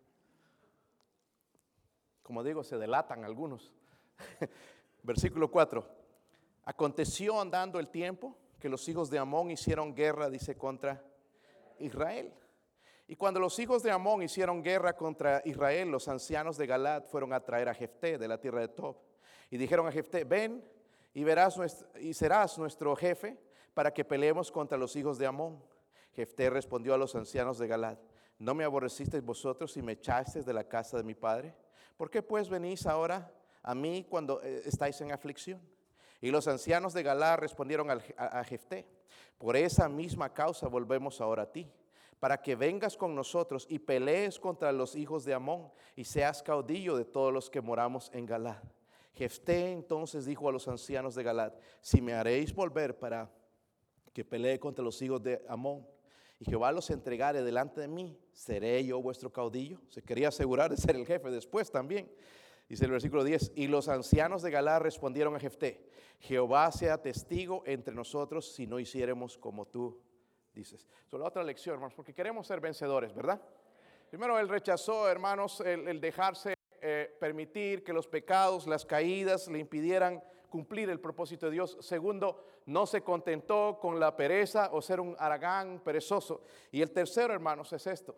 [SPEAKER 1] Como digo, se delatan algunos. Versículo cuatro. Aconteció andando el tiempo que los hijos de Amón hicieron guerra, dice, contra Israel. Y cuando los hijos de Amón hicieron guerra contra Israel, los ancianos de Galaad fueron a traer a Jefté de la tierra de Tob. Y dijeron a Jefté: ven y verás y serás nuestro jefe para que peleemos contra los hijos de Amón. Jefté respondió a los ancianos de Galaad: ¿no me aborrecisteis vosotros y me echasteis de la casa de mi padre? ¿Por qué pues venís ahora a mí cuando eh, estáis en aflicción? Y los ancianos de Galaad respondieron a, a, a Jefté: por esa misma causa volvemos ahora a ti, para que vengas con nosotros y pelees contra los hijos de Amón y seas caudillo de todos los que moramos en Galaad. Jefté entonces dijo a los ancianos de Galaad: si me haréis volver para que pelee contra los hijos de Amón y Jehová los entregare delante de mí, ¿seré yo vuestro caudillo? Se quería asegurar de ser el jefe después también. Dice el versículo diez, y los ancianos de Galaad respondieron a Jefté, Jehová sea testigo entre nosotros si no hiciéramos como tú dices. Solo otra lección, hermanos, porque queremos ser vencedores, ¿verdad? Primero, él rechazó, hermanos, el, el dejarse eh, permitir que los pecados, las caídas le impidieran cumplir el propósito de Dios. Segundo, no se contentó con la pereza o ser un haragán perezoso. Y el tercero, hermanos, es esto.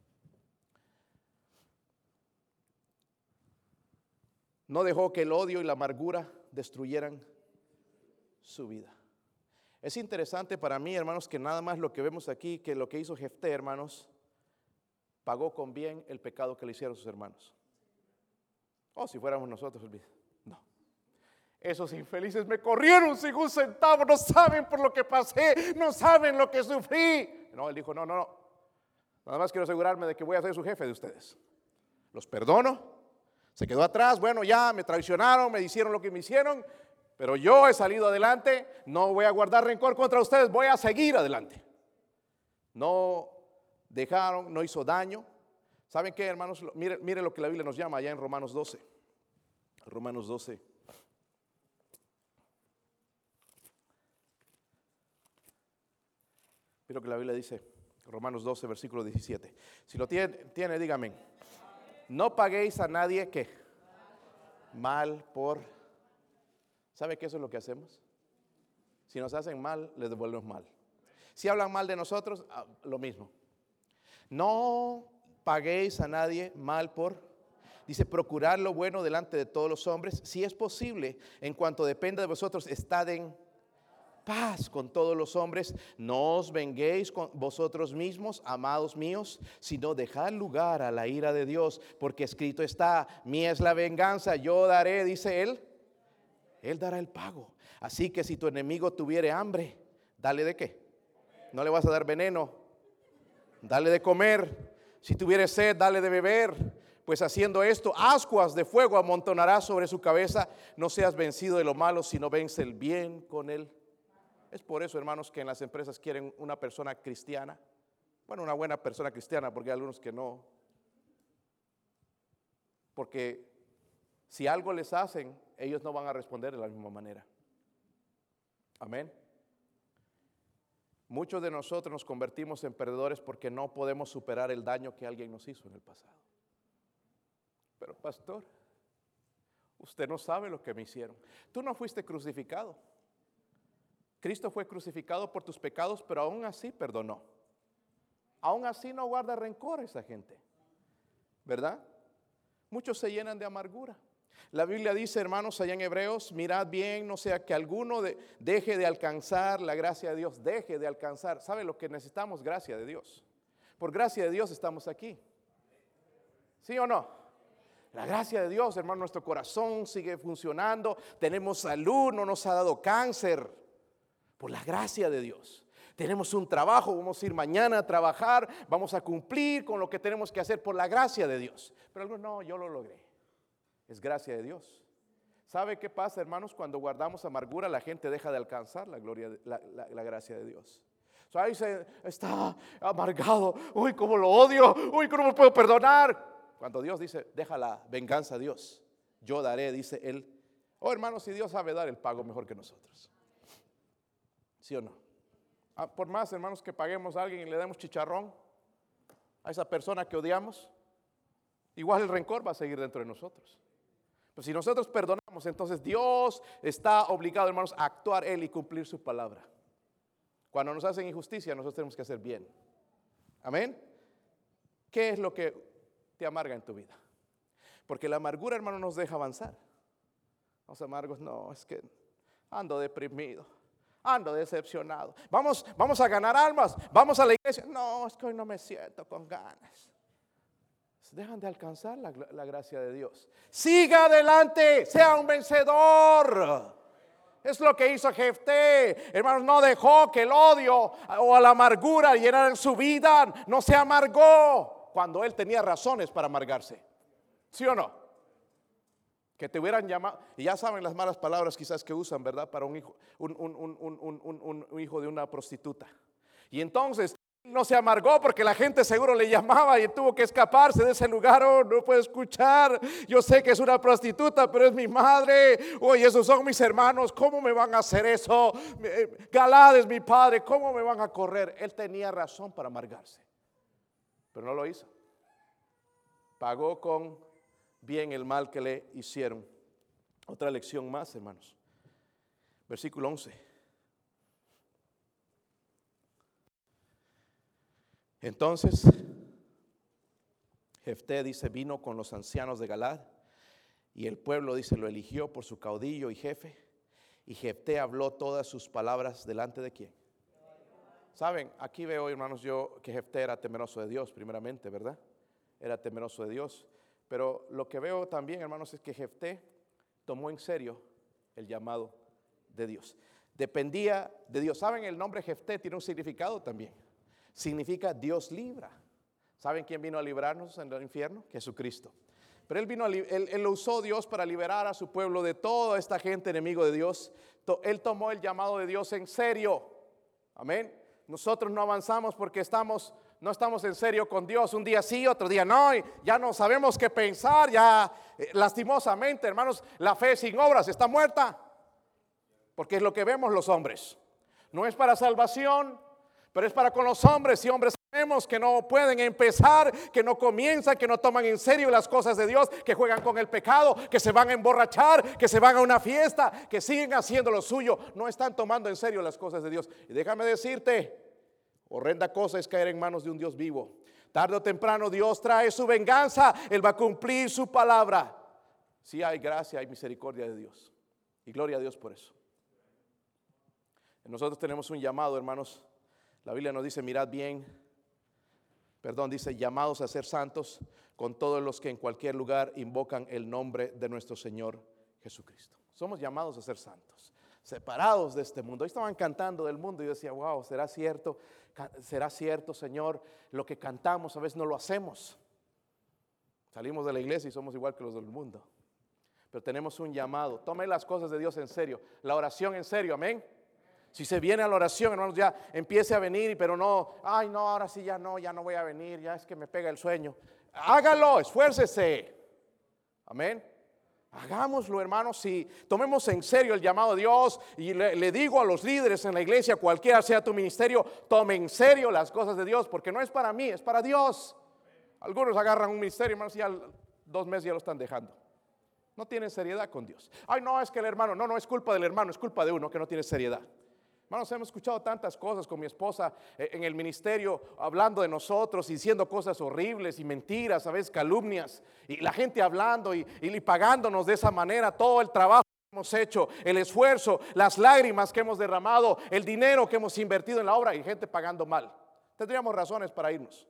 [SPEAKER 1] No dejó que el odio y la amargura destruyeran su vida. Es interesante para mí, hermanos, que nada más lo que vemos aquí, que lo que hizo Jefté, hermanos, pagó con bien el pecado que le hicieron sus hermanos. Oh, si fuéramos nosotros, no. Esos infelices me corrieron sin un centavo, no saben por lo que pasé, no saben lo que sufrí. No, él dijo, no, no, no. Nada más quiero asegurarme de que voy a ser su jefe de ustedes. Los perdono. Se quedó atrás, bueno, ya me traicionaron, me hicieron lo que me hicieron, pero yo he salido adelante, no voy a guardar rencor contra ustedes, voy a seguir adelante. No dejaron, no hizo daño. ¿Saben qué, hermanos? Mire, mire lo que la Biblia nos llama allá en Romanos doce. Romanos doce. Mire lo que la Biblia dice, Romanos doce, versículo diecisiete. Si lo tiene, tiene dígame. No paguéis a nadie que mal por. ¿Sabe qué eso es lo que hacemos? Si nos hacen mal, les devolvemos mal. Si hablan mal de nosotros, lo mismo. No paguéis a nadie mal por. Dice, procurad lo bueno delante de todos los hombres. Si es posible, en cuanto dependa de vosotros, estad en paz con todos los hombres. No os venguéis con vosotros mismos, amados míos, sino dejad lugar a la ira de Dios, porque escrito está, mía es la venganza, yo daré, dice él, él dará el pago. Así que si tu enemigo tuviere hambre, dale de qué. No le vas a dar veneno, dale de comer. Si tuviere sed, dale de beber. Pues haciendo esto, ascuas de fuego amontonarás sobre su cabeza. No seas vencido de lo malo, sino vence el bien con él. Es por eso, hermanos, que en las empresas quieren una persona cristiana. Bueno, una buena persona cristiana, porque hay algunos que no. Porque si algo les hacen, ellos no van a responder de la misma manera. Amén. Muchos de nosotros nos convertimos en perdedores porque no podemos superar el daño que alguien nos hizo en el pasado. Pero pastor, usted no sabe lo que me hicieron. Tú no fuiste crucificado. Cristo fue crucificado por tus pecados, pero aún así perdonó. Aún así no guarda rencor a esa gente, ¿verdad? Muchos se llenan de amargura. La Biblia dice, hermanos, allá en Hebreos, mirad bien, no sea que alguno de, deje de alcanzar la gracia de Dios, deje de alcanzar. ¿Sabe lo que necesitamos? Gracia de Dios. Por gracia de Dios estamos aquí. ¿Sí o no? La gracia de Dios, hermano, nuestro corazón sigue funcionando, tenemos salud, no nos ha dado cáncer. Por la gracia de Dios. Tenemos un trabajo, vamos a ir mañana a trabajar, vamos a cumplir con lo que tenemos que hacer por la gracia de Dios. Pero algunos, no, yo lo logré. Es gracia de Dios. ¿Sabe qué pasa, hermanos? Cuando guardamos amargura, la gente deja de alcanzar la gloria, de, la, la, la gracia de Dios. O sea, ahí se está amargado. Uy, cómo lo odio. Uy, cómo me puedo perdonar. Cuando Dios dice, deja la venganza a Dios. Yo daré, dice él. Oh, hermanos, si Dios sabe dar el pago mejor que nosotros. ¿Sí o no? Ah, por más, hermanos, que paguemos a alguien y le demos chicharrón a esa persona que odiamos, igual el rencor va a seguir dentro de nosotros. Pero si nosotros perdonamos, entonces Dios está obligado, hermanos, a actuar Él y cumplir su palabra. Cuando nos hacen injusticia, nosotros tenemos que hacer bien. Amén. ¿Qué es lo que te amarga en tu vida? Porque la amargura, hermano, nos deja avanzar. Los amargos, no, es que ando deprimido. Ando decepcionado. Vamos, vamos a ganar almas. Vamos a la iglesia. No, es que hoy no me siento con ganas. Dejan de alcanzar la, la gracia de Dios. Siga adelante, sea un vencedor. Es lo que hizo Jefté. Hermanos, no dejó que el odio o la amargura llenaran su vida. No se amargó cuando él tenía razones para amargarse. ¿Sí o no? Que te hubieran llamado, y ya saben las malas palabras quizás que usan, ¿verdad? Para un hijo, un, un, un, un, un, un, un hijo de una prostituta. Y entonces No se amargó porque la gente seguro le llamaba y tuvo que escaparse de ese lugar. Oh, no puedo escuchar. Yo sé que es una prostituta, pero es mi madre. Oye, esos son mis hermanos. ¿Cómo me van a hacer eso? Galaad es mi padre. ¿Cómo me van a correr? Él tenía razón para amargarse, pero no lo hizo. Pagó con bien el mal que le hicieron. Otra lección más, hermanos. Versículo once. Entonces, Jefté, dice, vino con los ancianos de Galaad, y el pueblo, dice, lo eligió por su caudillo y jefe. Y Jefté habló todas sus palabras delante de quién. Saben, aquí veo, hermanos, yo que Jefté era temeroso de Dios, primeramente, ¿verdad? Era temeroso de Dios. Pero lo que veo también, hermanos, es que Jefté tomó en serio el llamado de Dios. Dependía de Dios. ¿Saben? El nombre Jefté tiene un significado también. Significa Dios libra. ¿Saben quién vino a librarnos en el infierno? Jesucristo. Pero él vino a, él, él lo usó Dios para liberar a su pueblo de toda esta gente enemigo de Dios. Él tomó el llamado de Dios en serio. Amén. Nosotros no avanzamos porque estamos, no estamos en serio con Dios. Un día sí, otro día no. Y ya no sabemos qué pensar. Ya eh, lastimosamente, hermanos, la fe sin obras está muerta. Porque es lo que vemos los hombres. No es para salvación, pero es para con los hombres y hombres sabemos que no pueden empezar, que no comienzan, que no toman en serio las cosas de Dios, que juegan con el pecado, que se van a emborrachar, que se van a una fiesta, que siguen haciendo lo suyo. No están tomando en serio las cosas de Dios. Y déjame decirte, horrenda cosa es caer en manos de un Dios vivo. Tarde o temprano Dios trae su venganza. Él va a cumplir su palabra. Sí hay gracia, hay misericordia de Dios. Y gloria a Dios por eso. Nosotros tenemos un llamado, hermanos. La Biblia nos dice, mirad bien, perdón, dice, llamados a ser santos con todos los que en cualquier lugar invocan el nombre de nuestro Señor Jesucristo. Somos llamados a ser santos, separados de este mundo. Hoy estaban cantando del mundo y yo decía, wow, ¿será cierto? ¿Será cierto, Señor? Lo que cantamos a veces no lo hacemos. Salimos de la iglesia y somos igual que los del mundo. Pero tenemos un llamado. Tome las cosas de Dios en serio, la oración en serio, amén. Si se viene a la oración, hermanos, ya empiece a venir, pero no, ay no, ahora sí ya no, ya no voy a venir, ya es que me pega el sueño. Hágalo, esfuércese. Amén. Hagámoslo, hermanos, si tomemos en serio el llamado de Dios. Y le, le digo a los líderes en la iglesia, cualquiera sea tu ministerio, tome en serio las cosas de Dios, porque no es para mí, es para Dios. Algunos agarran un ministerio, hermanos, y ya dos meses ya lo están dejando. No tienen seriedad con Dios. Ay no, es que el hermano, no, no es culpa del hermano, es culpa de uno que no tiene seriedad. Hermanos, hemos escuchado tantas cosas con mi esposa en el ministerio, hablando de nosotros, diciendo cosas horribles y mentiras, a veces calumnias, y la gente hablando y, y pagándonos de esa manera todo el trabajo que hemos hecho, el esfuerzo, las lágrimas que hemos derramado, el dinero que hemos invertido en la obra, y gente pagando mal. Tendríamos razones para irnos,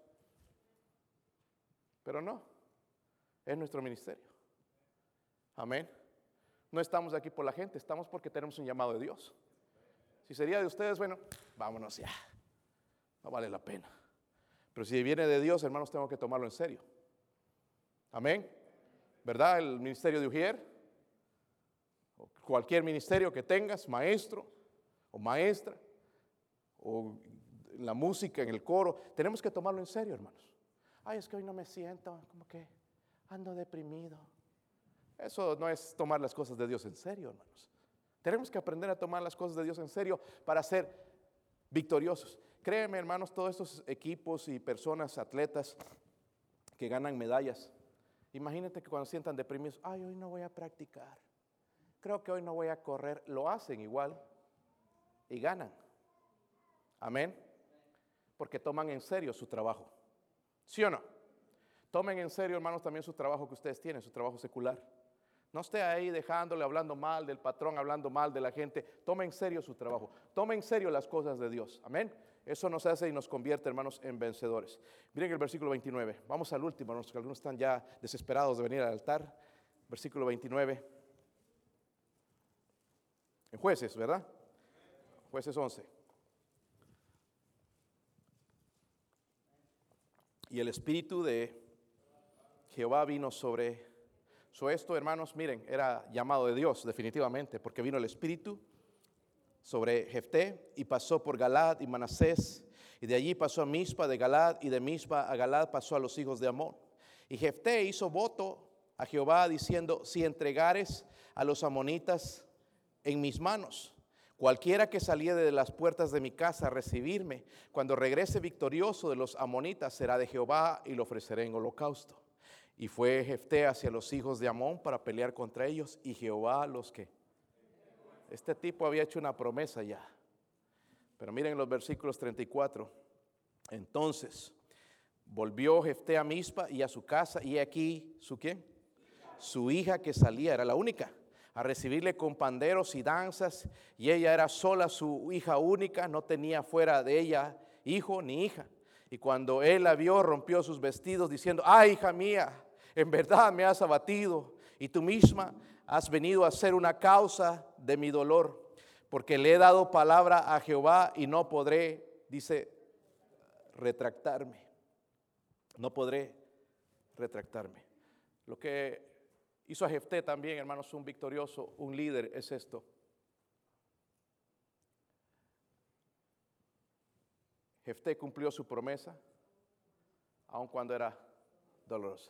[SPEAKER 1] pero no, es nuestro ministerio. Amén. No estamos aquí por la gente, estamos porque tenemos un llamado de Dios. Si sería de ustedes, bueno, vámonos ya, no vale la pena. Pero si viene de Dios, hermanos, tengo que tomarlo en serio. Amén. ¿Verdad? El ministerio de Ujier, o cualquier ministerio que tengas, maestro o maestra, o la música, en el coro, tenemos que tomarlo en serio, hermanos. Ay, es que hoy no me siento, como que ando deprimido. Eso no es tomar las cosas de Dios en serio, hermanos. Tenemos que aprender a tomar las cosas de Dios en serio para ser victoriosos. Créeme, hermanos, todos estos equipos y personas, atletas que ganan medallas, imagínate que cuando sientan deprimidos, ay, hoy no voy a practicar, creo que hoy no voy a correr, lo hacen igual y ganan. Amén. Porque toman en serio su trabajo. ¿Sí o no? Tomen en serio, hermanos, también su trabajo que ustedes tienen, su trabajo secular. No esté ahí dejándole, hablando mal del patrón, hablando mal de la gente. Tome en serio su trabajo. Tome en serio las cosas de Dios. Amén. Eso nos hace y nos convierte, hermanos, en vencedores. Miren el versículo veintinueve. Vamos al último, hermanos, que algunos están ya desesperados de venir al altar. Versículo veintinueve. En Jueces, ¿verdad? Jueces once. Y el espíritu de Jehová vino sobre... So esto, hermanos, miren, era llamado de Dios definitivamente, porque vino el espíritu sobre Jefté y pasó por Galaad y Manasés Y de allí pasó a Mizpa de Galad, y de Mizpa a Galad pasó a los hijos de Amón. Y Jefté hizo voto a Jehová diciendo: si entregares a los amonitas en mis manos, cualquiera que saliere de las puertas de mi casa a recibirme, cuando regrese victorioso de los amonitas, será de Jehová, y lo ofreceré en holocausto. Y fue Jefté hacia los hijos de Amón para pelear contra ellos, y Jehová los que... Este tipo había hecho una promesa ya. Pero miren los versículos treinta y cuatro. Entonces volvió Jefté a Mizpa y a su casa, y aquí, ¿su quién? Su hija que salía, era la única, a recibirle con panderos y danzas, y ella era sola, su hija única, no tenía fuera de ella hijo ni hija. Y cuando él la vio, rompió sus vestidos diciendo: ay, hija mía, en verdad me has abatido, y tú misma has venido a ser una causa de mi dolor, porque le he dado palabra a Jehová y no podré, dice, retractarme. No podré retractarme. Lo que hizo a Jefté también, hermanos, un victorioso, un líder, es esto. Jefté cumplió su promesa, aun cuando era dolorosa.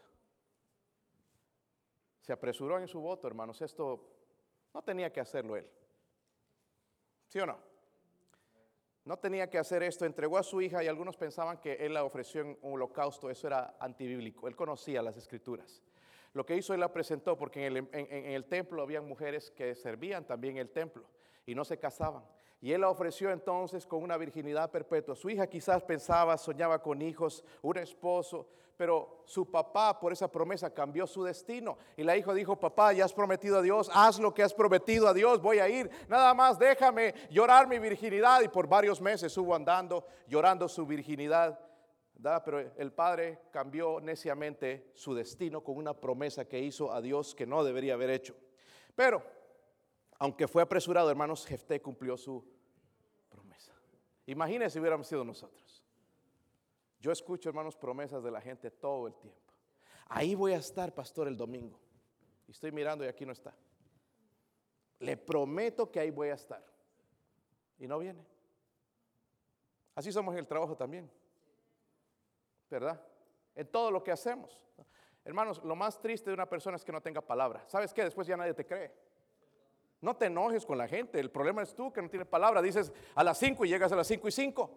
[SPEAKER 1] Se apresuró en su voto, hermanos. Esto no tenía que hacerlo él. ¿Sí o no? No tenía que hacer esto. Entregó a su hija, y algunos pensaban que él la ofreció en un holocausto. Eso era antibíblico. Él conocía las escrituras. Lo que hizo, él la presentó, porque en el, en, en el templo habían mujeres que servían también el templo y no se casaban. Y él la ofreció entonces con una virginidad perpetua. Su hija quizás pensaba, soñaba con hijos, un esposo, pero su papá por esa promesa cambió su destino. Y la hija dijo: papá, ya has prometido a Dios, haz lo que has prometido a Dios, voy a ir. Nada más déjame llorar mi virginidad. Y por varios meses estuvo andando, llorando su virginidad, ¿verdad? Pero el padre cambió neciamente su destino con una promesa que hizo a Dios que no debería haber hecho. Pero aunque fue apresurado, hermanos, Jefté cumplió su promesa. Imagínense si hubiéramos sido nosotros. Yo escucho, hermanos, promesas de la gente todo el tiempo. Ahí voy a estar, pastor, el domingo. Y estoy mirando y aquí no está. Le prometo que ahí voy a estar. Y no viene. Así somos en el trabajo también, ¿verdad? En todo lo que hacemos. Hermanos, lo más triste de una persona es que no tenga palabra. ¿Sabes qué? Después ya nadie te cree. No te enojes con la gente. El problema es tú que no tienes palabra. Dices a las cinco y llegas a las cinco y cinco.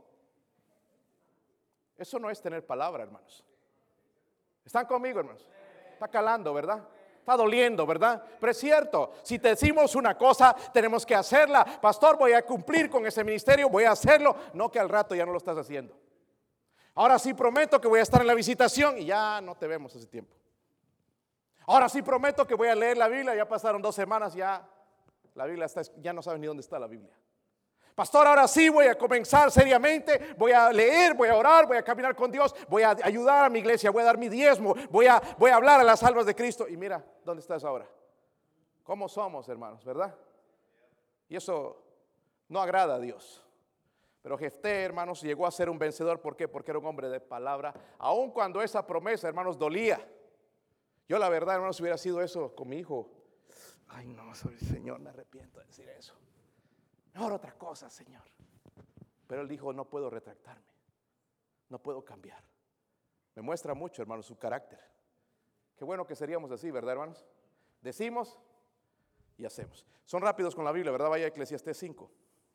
[SPEAKER 1] Eso no es tener palabra, hermanos. ¿Están conmigo, hermanos? Está calando, ¿verdad? Está doliendo, ¿verdad? Pero es cierto, si te decimos una cosa, tenemos que hacerla. Pastor, voy a cumplir con ese ministerio, voy a hacerlo. No que al rato ya no lo estás haciendo. Ahora sí prometo que voy a estar en la visitación, y ya no te vemos ese tiempo. Ahora sí prometo que voy a leer la Biblia, ya pasaron dos semanas, ya la Biblia está, ya no sabes ni dónde está la Biblia. Pastor, ahora sí voy a comenzar seriamente, voy a leer, voy a orar, voy a caminar con Dios, voy a ayudar a mi iglesia, voy a dar mi diezmo, voy a, voy a hablar a las almas de Cristo. Y mira, ¿dónde estás ahora? ¿Cómo somos, hermanos, verdad? Y eso no agrada a Dios. Pero Jefté, hermanos, llegó a ser un vencedor. ¿Por qué? Porque era un hombre de palabra, aun cuando esa promesa, hermanos, dolía. Yo la verdad, hermanos, si hubiera sido eso con mi hijo, ay no, Señor, me arrepiento de decir eso. Mejor otra cosa, Señor. Pero él dijo: no puedo retractarme, no puedo cambiar. Me muestra mucho, hermanos, su carácter. Qué bueno que seríamos así, ¿verdad, hermanos? Decimos y hacemos. Son rápidos con la Biblia, ¿verdad? Vaya a Eclesiastés cinco.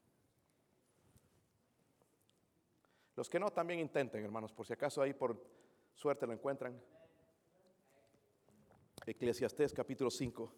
[SPEAKER 1] Los que no, también intenten, hermanos, por si acaso ahí por suerte lo encuentran. Eclesiastés capítulo cinco.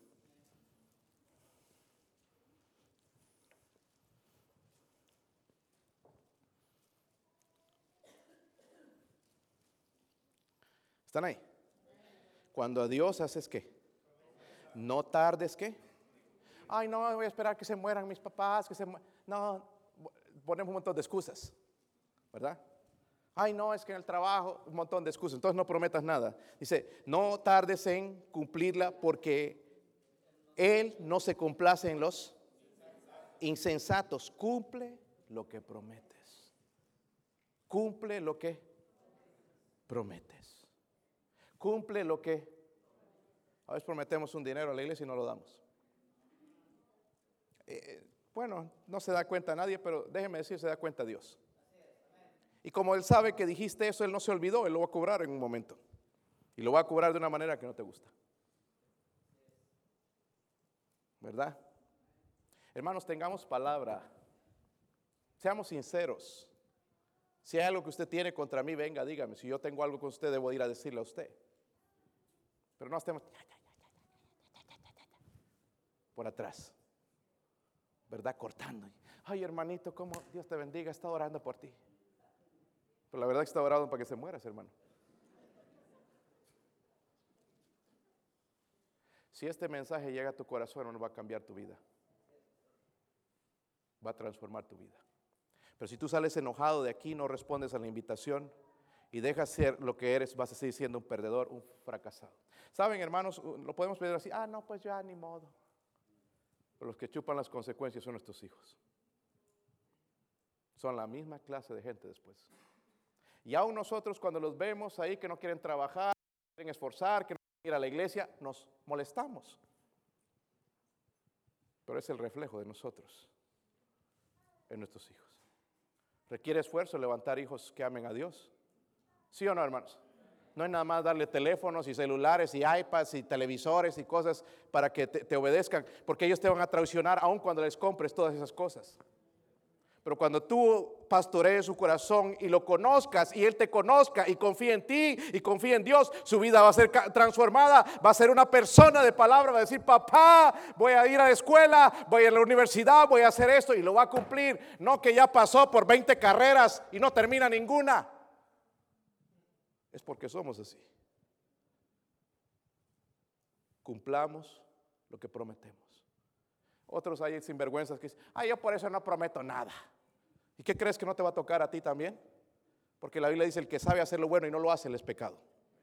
[SPEAKER 1] ¿Están ahí? Cuando a Dios haces ¿qué? No tardes ¿qué? Ay, no, voy a esperar que se mueran mis papás, que se mu- No, ponemos un montón de excusas, ¿verdad? Ay, no, es que en el trabajo, un montón de excusas. Entonces no prometas nada. Dice: no tardes en cumplirla, porque Él no se complace en los insensatos. Cumple lo que prometes. Cumple lo que prometes. Cumple lo que... A veces prometemos un dinero a la iglesia y no lo damos. Eh, bueno, no se da cuenta nadie, pero déjeme decir, se da cuenta Dios. Y como Él sabe que dijiste eso, Él no se olvidó, Él lo va a cobrar en un momento. Y lo va a cobrar de una manera que no te gusta. ¿Verdad? Hermanos, tengamos palabra. Seamos sinceros. Si hay algo que usted tiene contra mí, venga, dígame. Si yo tengo algo con usted, debo ir a decirle a usted. Pero no estemos por atrás, ¿verdad? Cortando. Ay, hermanito, cómo Dios te bendiga, está orando por ti. Pero la verdad que está orando para que se mueras, hermano. Si este mensaje llega a tu corazón, no va a cambiar tu vida. Va a transformar tu vida. Pero si tú sales enojado de aquí, no respondes a la invitación y dejas ser lo que eres, vas a seguir siendo un perdedor, un fracasado. ¿Saben, hermanos? Lo podemos pedir así. Ah, no, pues ya ni modo. Pero los que chupan las consecuencias son nuestros hijos. Son la misma clase de gente después. Y aún nosotros cuando los vemos ahí que no quieren trabajar, que quieren esforzar, que no quieren ir a la iglesia, nos molestamos. Pero es el reflejo de nosotros en nuestros hijos. ¿Requiere esfuerzo levantar hijos que amen a Dios? ¿Sí o no, hermanos? No es nada más darle teléfonos y celulares y iPads y televisores y cosas para que te, te obedezcan, porque ellos te van a traicionar aun cuando les compres todas esas cosas. Pero cuando tú pastorees su corazón y lo conozcas y Él te conozca y confíe en ti y confíe en Dios, su vida va a ser transformada, va a ser una persona de palabra, va a decir, papá, voy a ir a la escuela, voy a la universidad, voy a hacer esto y lo va a cumplir. No que ya pasó por veinte carreras y no termina ninguna. Es porque somos así. Cumplamos lo que prometemos. Otros hay sinvergüenzas que dicen, ay, yo por eso no prometo nada. ¿Y qué crees que no te va a tocar a ti también? Porque la Biblia dice, el que sabe hacer lo bueno y no lo hace, le es pecado.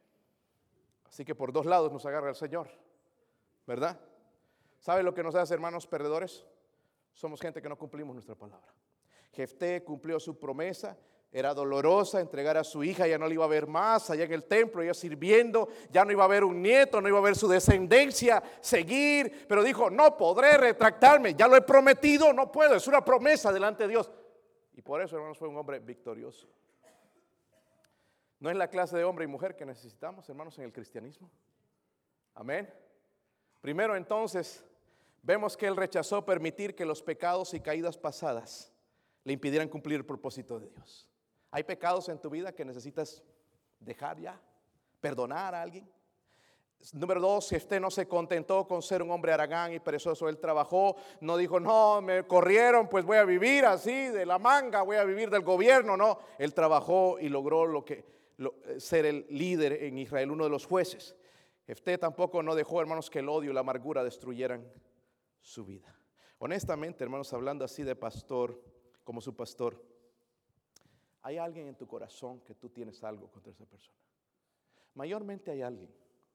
[SPEAKER 1] Así que por dos lados nos agarra el Señor, ¿verdad? ¿Sabe lo que nos hace, hermanos perdedores? Somos gente que no cumplimos nuestra palabra. Jefté cumplió su promesa. Era dolorosa entregar a su hija, ya no la iba a ver más allá en el templo, ella sirviendo, ya no iba a haber un nieto, no iba a haber su descendencia seguir, pero dijo, no podré retractarme, ya lo he prometido, no puedo, es una promesa delante de Dios. Y por eso, hermanos, fue un hombre victorioso. No es la clase de hombre y mujer que necesitamos, hermanos, en el cristianismo. Amén. Primero, entonces, vemos que él rechazó permitir que los pecados y caídas pasadas le impidieran cumplir el propósito de Dios. ¿Hay pecados en tu vida que necesitas dejar ya? ¿Perdonar a alguien? Número dos, Jefté no se contentó con ser un hombre haragán y perezoso. Él trabajó, no dijo, no, me corrieron, pues voy a vivir así de la manga, voy a vivir del gobierno. No, él trabajó y logró lo que, lo, ser el líder en Israel, uno de los jueces. Jefté tampoco no dejó, hermanos, que el odio y la amargura destruyeran su vida. Honestamente, hermanos, hablando así de pastor, como su pastor, ¿hay alguien en tu corazón que tú tienes algo contra esa persona? Mayormente hay alguien.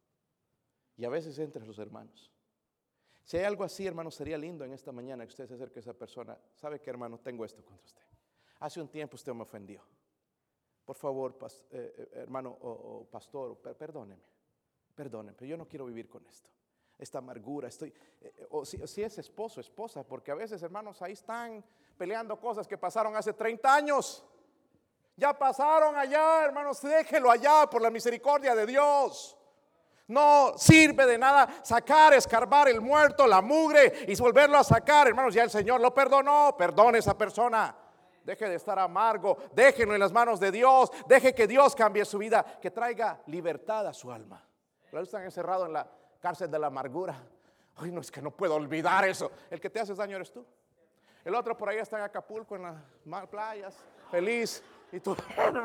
[SPEAKER 1] Y a veces entre los hermanos. Si hay algo así, hermano, sería lindo en esta mañana que usted se acerque a esa persona. ¿Sabe qué, hermano? Tengo esto contra usted. Hace un tiempo usted me ofendió. Por favor, pas, eh, hermano o, o pastor, per, perdóneme. Perdóneme, pero yo no quiero vivir con esto. Esta amargura, estoy, eh, o, si, o si es esposo, esposa, porque a veces, hermanos, ahí están peleando cosas que pasaron hace treinta años. Ya pasaron allá, hermanos, déjelo allá por la misericordia de Dios. No sirve de nada sacar, escarbar el muerto, la mugre y volverlo a sacar, hermanos. Ya el Señor lo perdonó, perdone a esa persona. Deje de estar amargo, déjenlo en las manos de Dios, deje que Dios cambie su vida, que traiga libertad a su alma. Pero están encerrados en la cárcel de la amargura. Ay, no, es que no puedo olvidar eso. El que te hace daño eres tú. El otro por ahí está en Acapulco, en las playas, feliz. Y tú,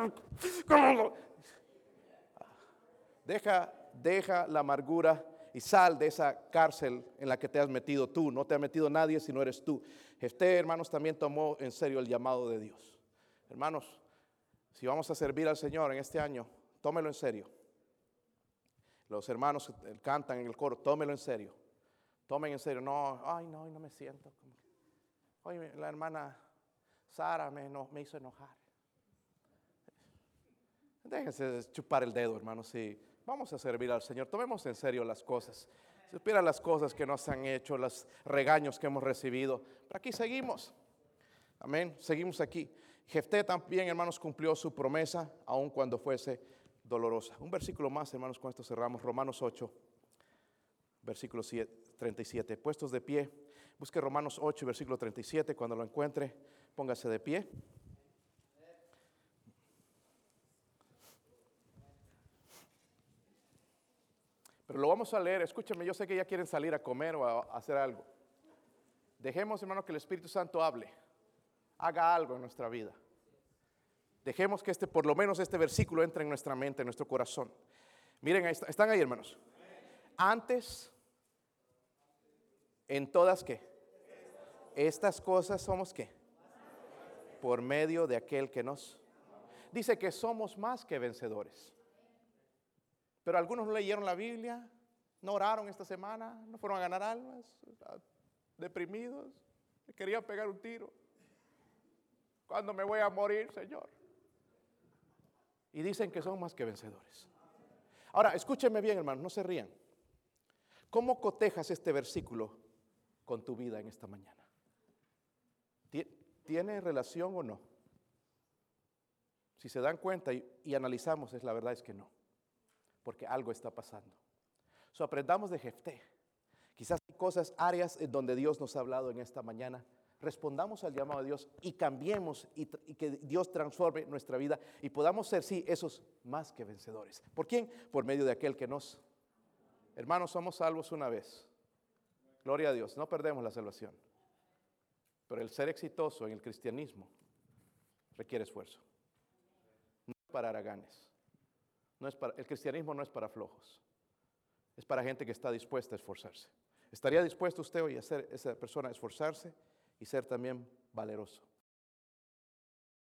[SPEAKER 1] deja, deja la amargura y sal de esa cárcel en la que te has metido tú. No te ha metido nadie si no eres tú. Este, hermanos, también tomó en serio el llamado de Dios. Hermanos, si vamos a servir al Señor en este año, tómelo en serio. Los hermanos cantan en el coro, tómelo en serio. Tomen en serio. No, ay, no, no me siento. Oye, la hermana Sara me, no, me hizo enojar. Déjense chupar el dedo, hermanos. Si vamos a servir al Señor, tomemos en serio las cosas. Si supiera las cosas que nos han hecho, los regaños que hemos recibido. Pero aquí seguimos. Amén. Seguimos aquí. Jefté también, hermanos, cumplió su promesa, aun cuando fuese dolorosa. Un versículo más, hermanos, con esto cerramos. Romanos ocho, versículo treinta y siete. Puestos de pie, busque Romanos ocho, versículo treinta y siete. Cuando lo encuentre, póngase de pie. Pero lo vamos a leer. Escúcheme, yo sé que ya quieren salir a comer o a hacer algo. Dejemos, hermano, que el Espíritu Santo hable, haga algo en nuestra vida. Dejemos que este, por lo menos este versículo entre en nuestra mente, en nuestro corazón. Miren, ahí está, están ahí, hermanos. Antes, en todas, ¿qué? Estas cosas somos, ¿qué? Por medio de aquel que nos... Dice que somos más que vencedores. Pero algunos no leyeron la Biblia, no oraron esta semana, no fueron a ganar almas, deprimidos, me querían pegar un tiro. ¿Cuándo me voy a morir, Señor? Y dicen que son más que vencedores. Ahora, escúchenme bien, hermanos, no se rían. ¿Cómo cotejas este versículo con tu vida en esta mañana? ¿Tiene relación o no? Si se dan cuenta y, y analizamos, es la verdad es que no. Porque algo está pasando. So, aprendamos de Jefté. Quizás hay cosas, áreas en donde Dios nos ha hablado en esta mañana. Respondamos al llamado de Dios y cambiemos y, y que Dios transforme nuestra vida y podamos ser, sí, esos más que vencedores. ¿Por quién? Por medio de aquel que nos... Hermanos, somos salvos una vez. Gloria a Dios, no perdemos la salvación. Pero el ser exitoso en el cristianismo requiere esfuerzo. No es para haraganes. No es para, el cristianismo no es para flojos. Es para gente que está dispuesta a esforzarse. ¿Estaría dispuesto usted hoy a ser esa persona, a esforzarse y ser también valeroso?